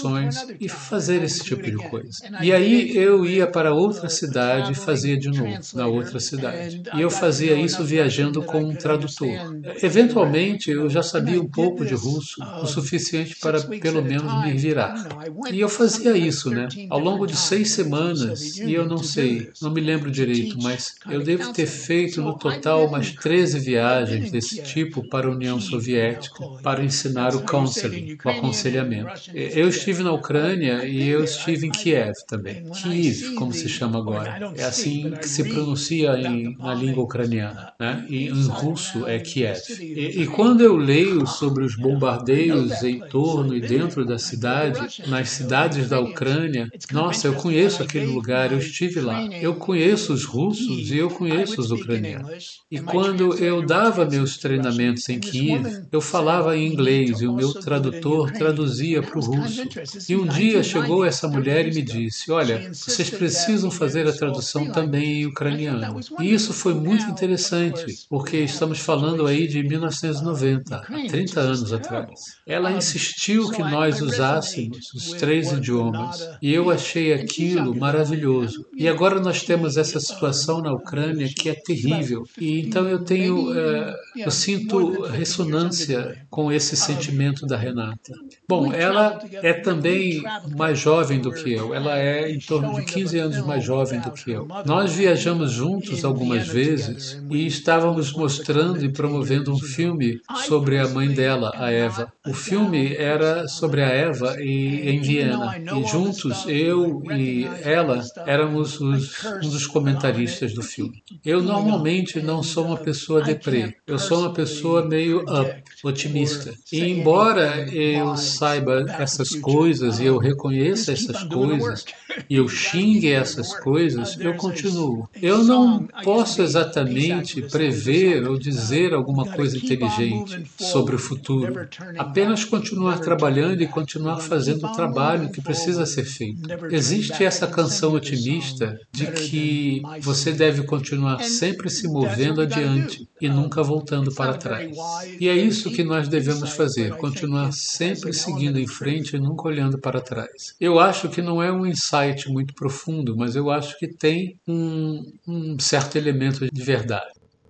e fazer esse tipo de coisa. E aí eu ia para outra cidade e fazia de novo, na outra cidade. E eu fazia isso viajando com um tradutor. Eventualmente eu já sabia um pouco de russo, o suficiente para pelo menos me virar. E eu fazia isso, né? Ao longo de seis semanas, e eu não sei, não me lembro direito, mas eu devo ter feito no total umas treze viagens desse tipo para a União Soviética, para ensinar o counseling, o aconselhamento. Eu estive na Ucrânia e eu estive em Kiev também. Kiev, como se chama agora. É assim que se pronuncia em, na língua ucraniana, né? E em russo é Kiev. E, e quando eu leio sobre os bombardeios em torno e dentro da cidade, nas cidades da Ucrânia, nossa, eu conheço aquele lugar, eu estive lá. Eu conheço os russos e eu conheço os ucranianos. E quando eu dava meus treinamentos em Kiev, eu falava em inglês e o meu tradutor traduzia para o russo. E um dia chegou essa mulher e me disse, olha, vocês precisam fazer a tradução também em ucraniano. E isso foi muito interessante, porque estamos falando aí de mil novecentos e noventa, há trinta anos atrás. Ela insistiu que nós usássemos os três idiomas e eu achei aquilo maravilhoso. E agora nós temos essa situação na Ucrânia que é terrível. E então eu tenho, uh, eu sinto ressonância com esse sentimento da Renata. Bom, ela é também mais jovem do que eu. Ela é em torno de quinze anos mais jovem do que eu. Nós viajamos juntos algumas vezes e estávamos mostrando e promovendo um filme sobre a mãe dela, a Eva. O filme era sobre a Eva e, em Viena. E juntos, eu e ela éramos os, um dos comentaristas do filme. Eu normalmente não sou uma pessoa deprê. Eu sou uma pessoa meio up, otimista. E embora eu saiba essas coisas e eu reconheça essas coisas e eu xingue essas coisas, eu continuo. Eu não posso exatamente prever ou dizer alguma coisa inteligente sobre o futuro. Apenas continuar trabalhando e continuar fazendo o trabalho que precisa ser feito. Existe essa canção otimista de que você deve continuar sempre se movendo adiante e nunca voltando para trás. E é isso que nós devemos fazer, continuar sempre seguindo em frente e nunca olhando para trás. Eu acho que não é um insight muito profundo, mas eu acho que tem um, um certo elemento de verdade.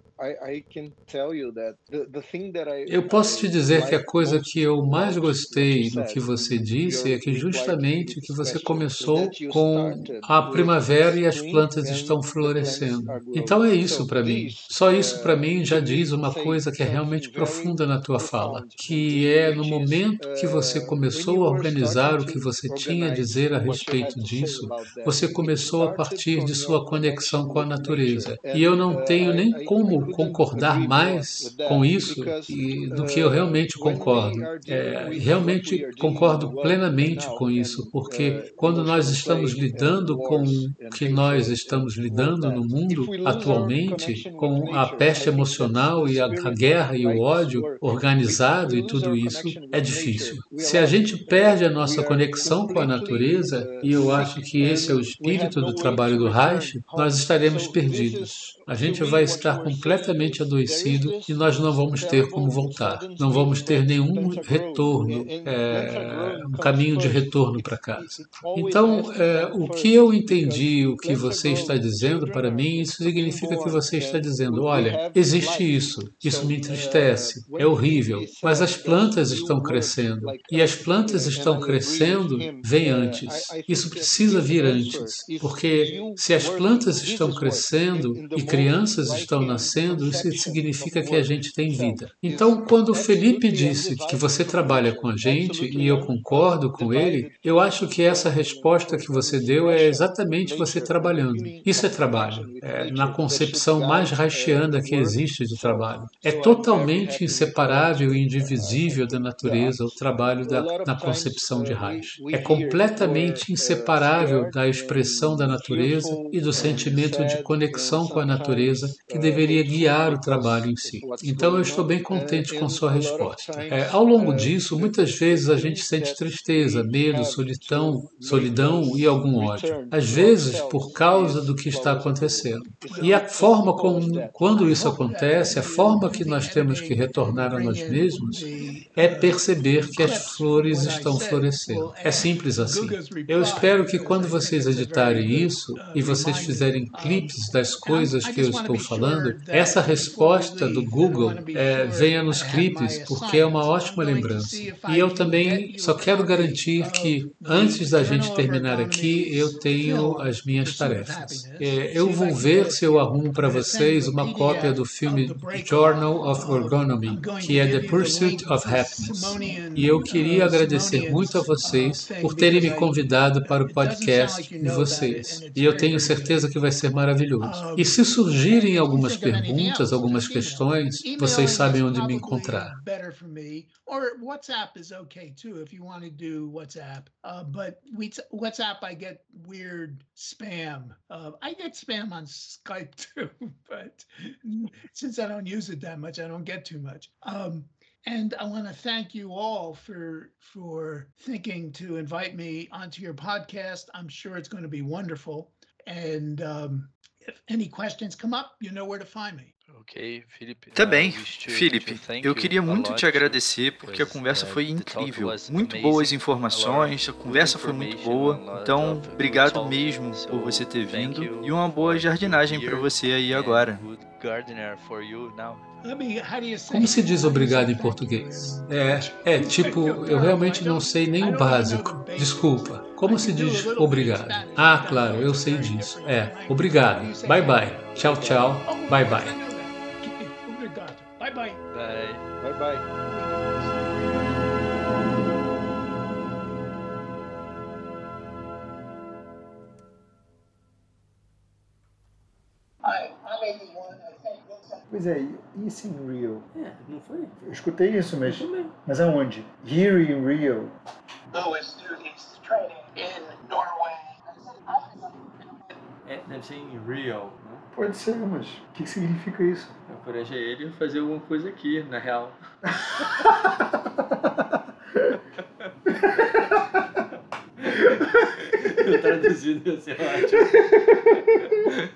Eu posso te dizer que a coisa que eu mais gostei no que você disse é que justamente que você começou com a primavera e as plantas estão florescendo. Então é isso para mim. Só isso para mim já diz uma coisa que é realmente profunda na tua fala, que é no momento que você começou a organizar o que você tinha a dizer a respeito disso, você começou a partir de sua conexão com a natureza. E eu não tenho nem como concordar mais com isso e, do que eu realmente concordo. É, realmente concordo plenamente com isso, porque quando nós estamos lidando com o que nós estamos lidando no mundo atualmente, com a peste emocional e a, a guerra e o ódio organizado e tudo isso, é difícil. Se a gente perde a nossa conexão com a natureza, e eu acho que esse é o espírito do trabalho do Reich, nós estaremos perdidos. A gente vai estar completamente adoecido e nós não vamos ter como voltar. Não vamos ter nenhum retorno, é, um caminho de retorno para casa. Então, é, o que eu entendi, o que você está dizendo para mim, isso significa que você está dizendo, olha, existe isso, isso me entristece, é horrível, mas as plantas estão crescendo. E as plantas estão crescendo, vem antes. Isso precisa vir antes, porque se as plantas estão crescendo e crianças estão nascendo, isso significa que a gente tem vida. Então, quando o Felipe disse que você trabalha com a gente, e eu concordo com ele, eu acho que essa resposta que você deu é exatamente você trabalhando. Isso é trabalho, é na concepção mais reichiana que existe de trabalho. É totalmente inseparável e indivisível da natureza o trabalho da, na concepção de Reich. É completamente inseparável da expressão da natureza e do sentimento de conexão com a natureza que deveria guiar o trabalho em si. Então eu estou bem contente com sua resposta. É, ao longo disso, muitas vezes a gente sente tristeza, medo, solidão, solidão e algum ódio. Às vezes por causa do que está acontecendo. E a forma como, quando isso acontece, a forma que nós temos que retornar a nós mesmos é perceber que as flores estão florescendo. É simples assim. Eu espero que quando vocês editarem isso e vocês fizerem clipes das coisas que eu estou falando, essa resposta do Google é, venha nos clipes, porque é uma ótima lembrança. E eu também só quero garantir que antes da gente terminar aqui, eu tenho as minhas tarefas. É, eu vou ver se eu arrumo para vocês uma cópia do filme Journal of Ergonomy, que é The Pursuit of Happiness. E eu queria agradecer muito a vocês por terem me convidado para o podcast de vocês. E eu tenho certeza que vai ser maravilhoso. E se surgirem algumas perguntas, algumas questões, vocês sabem onde me encontrar. Or WhatsApp is okay too if you want to do WhatsApp. Uh, but we WhatsApp, I get weird spam. Uh, I get spam on Skype too, but since I don't use it that much, I don't get too much. Um, and I want to thank you all for for thinking to invite me onto your podcast. I'm sure it's going to be wonderful. And um, if any questions come up, you know where to find me. Ok, Felipe. Tá bem, Felipe, eu queria muito te agradecer porque a conversa foi incrível, muito boas informações, a conversa foi muito boa, então obrigado mesmo por você ter vindo e uma boa jardinagem para você aí agora. Como se diz obrigado em português? É, é, tipo, eu realmente não sei nem o básico. Desculpa. Como se diz obrigado? Ah, claro, eu sei disso. É, obrigado. Bye bye. Tchau, tchau. Bye bye. Bye bye. Bye. Bye bye. Pois é, e isso em Rio? É, não foi? Eu escutei isso, mas, mas aonde? Here in Rio? Louis do his training in Norway. É, deve ser em Rio, né? Pode ser, mas o que significa isso? Eu encorajei ele a fazer alguma coisa aqui, na real. Traduzido ia ser ótimo.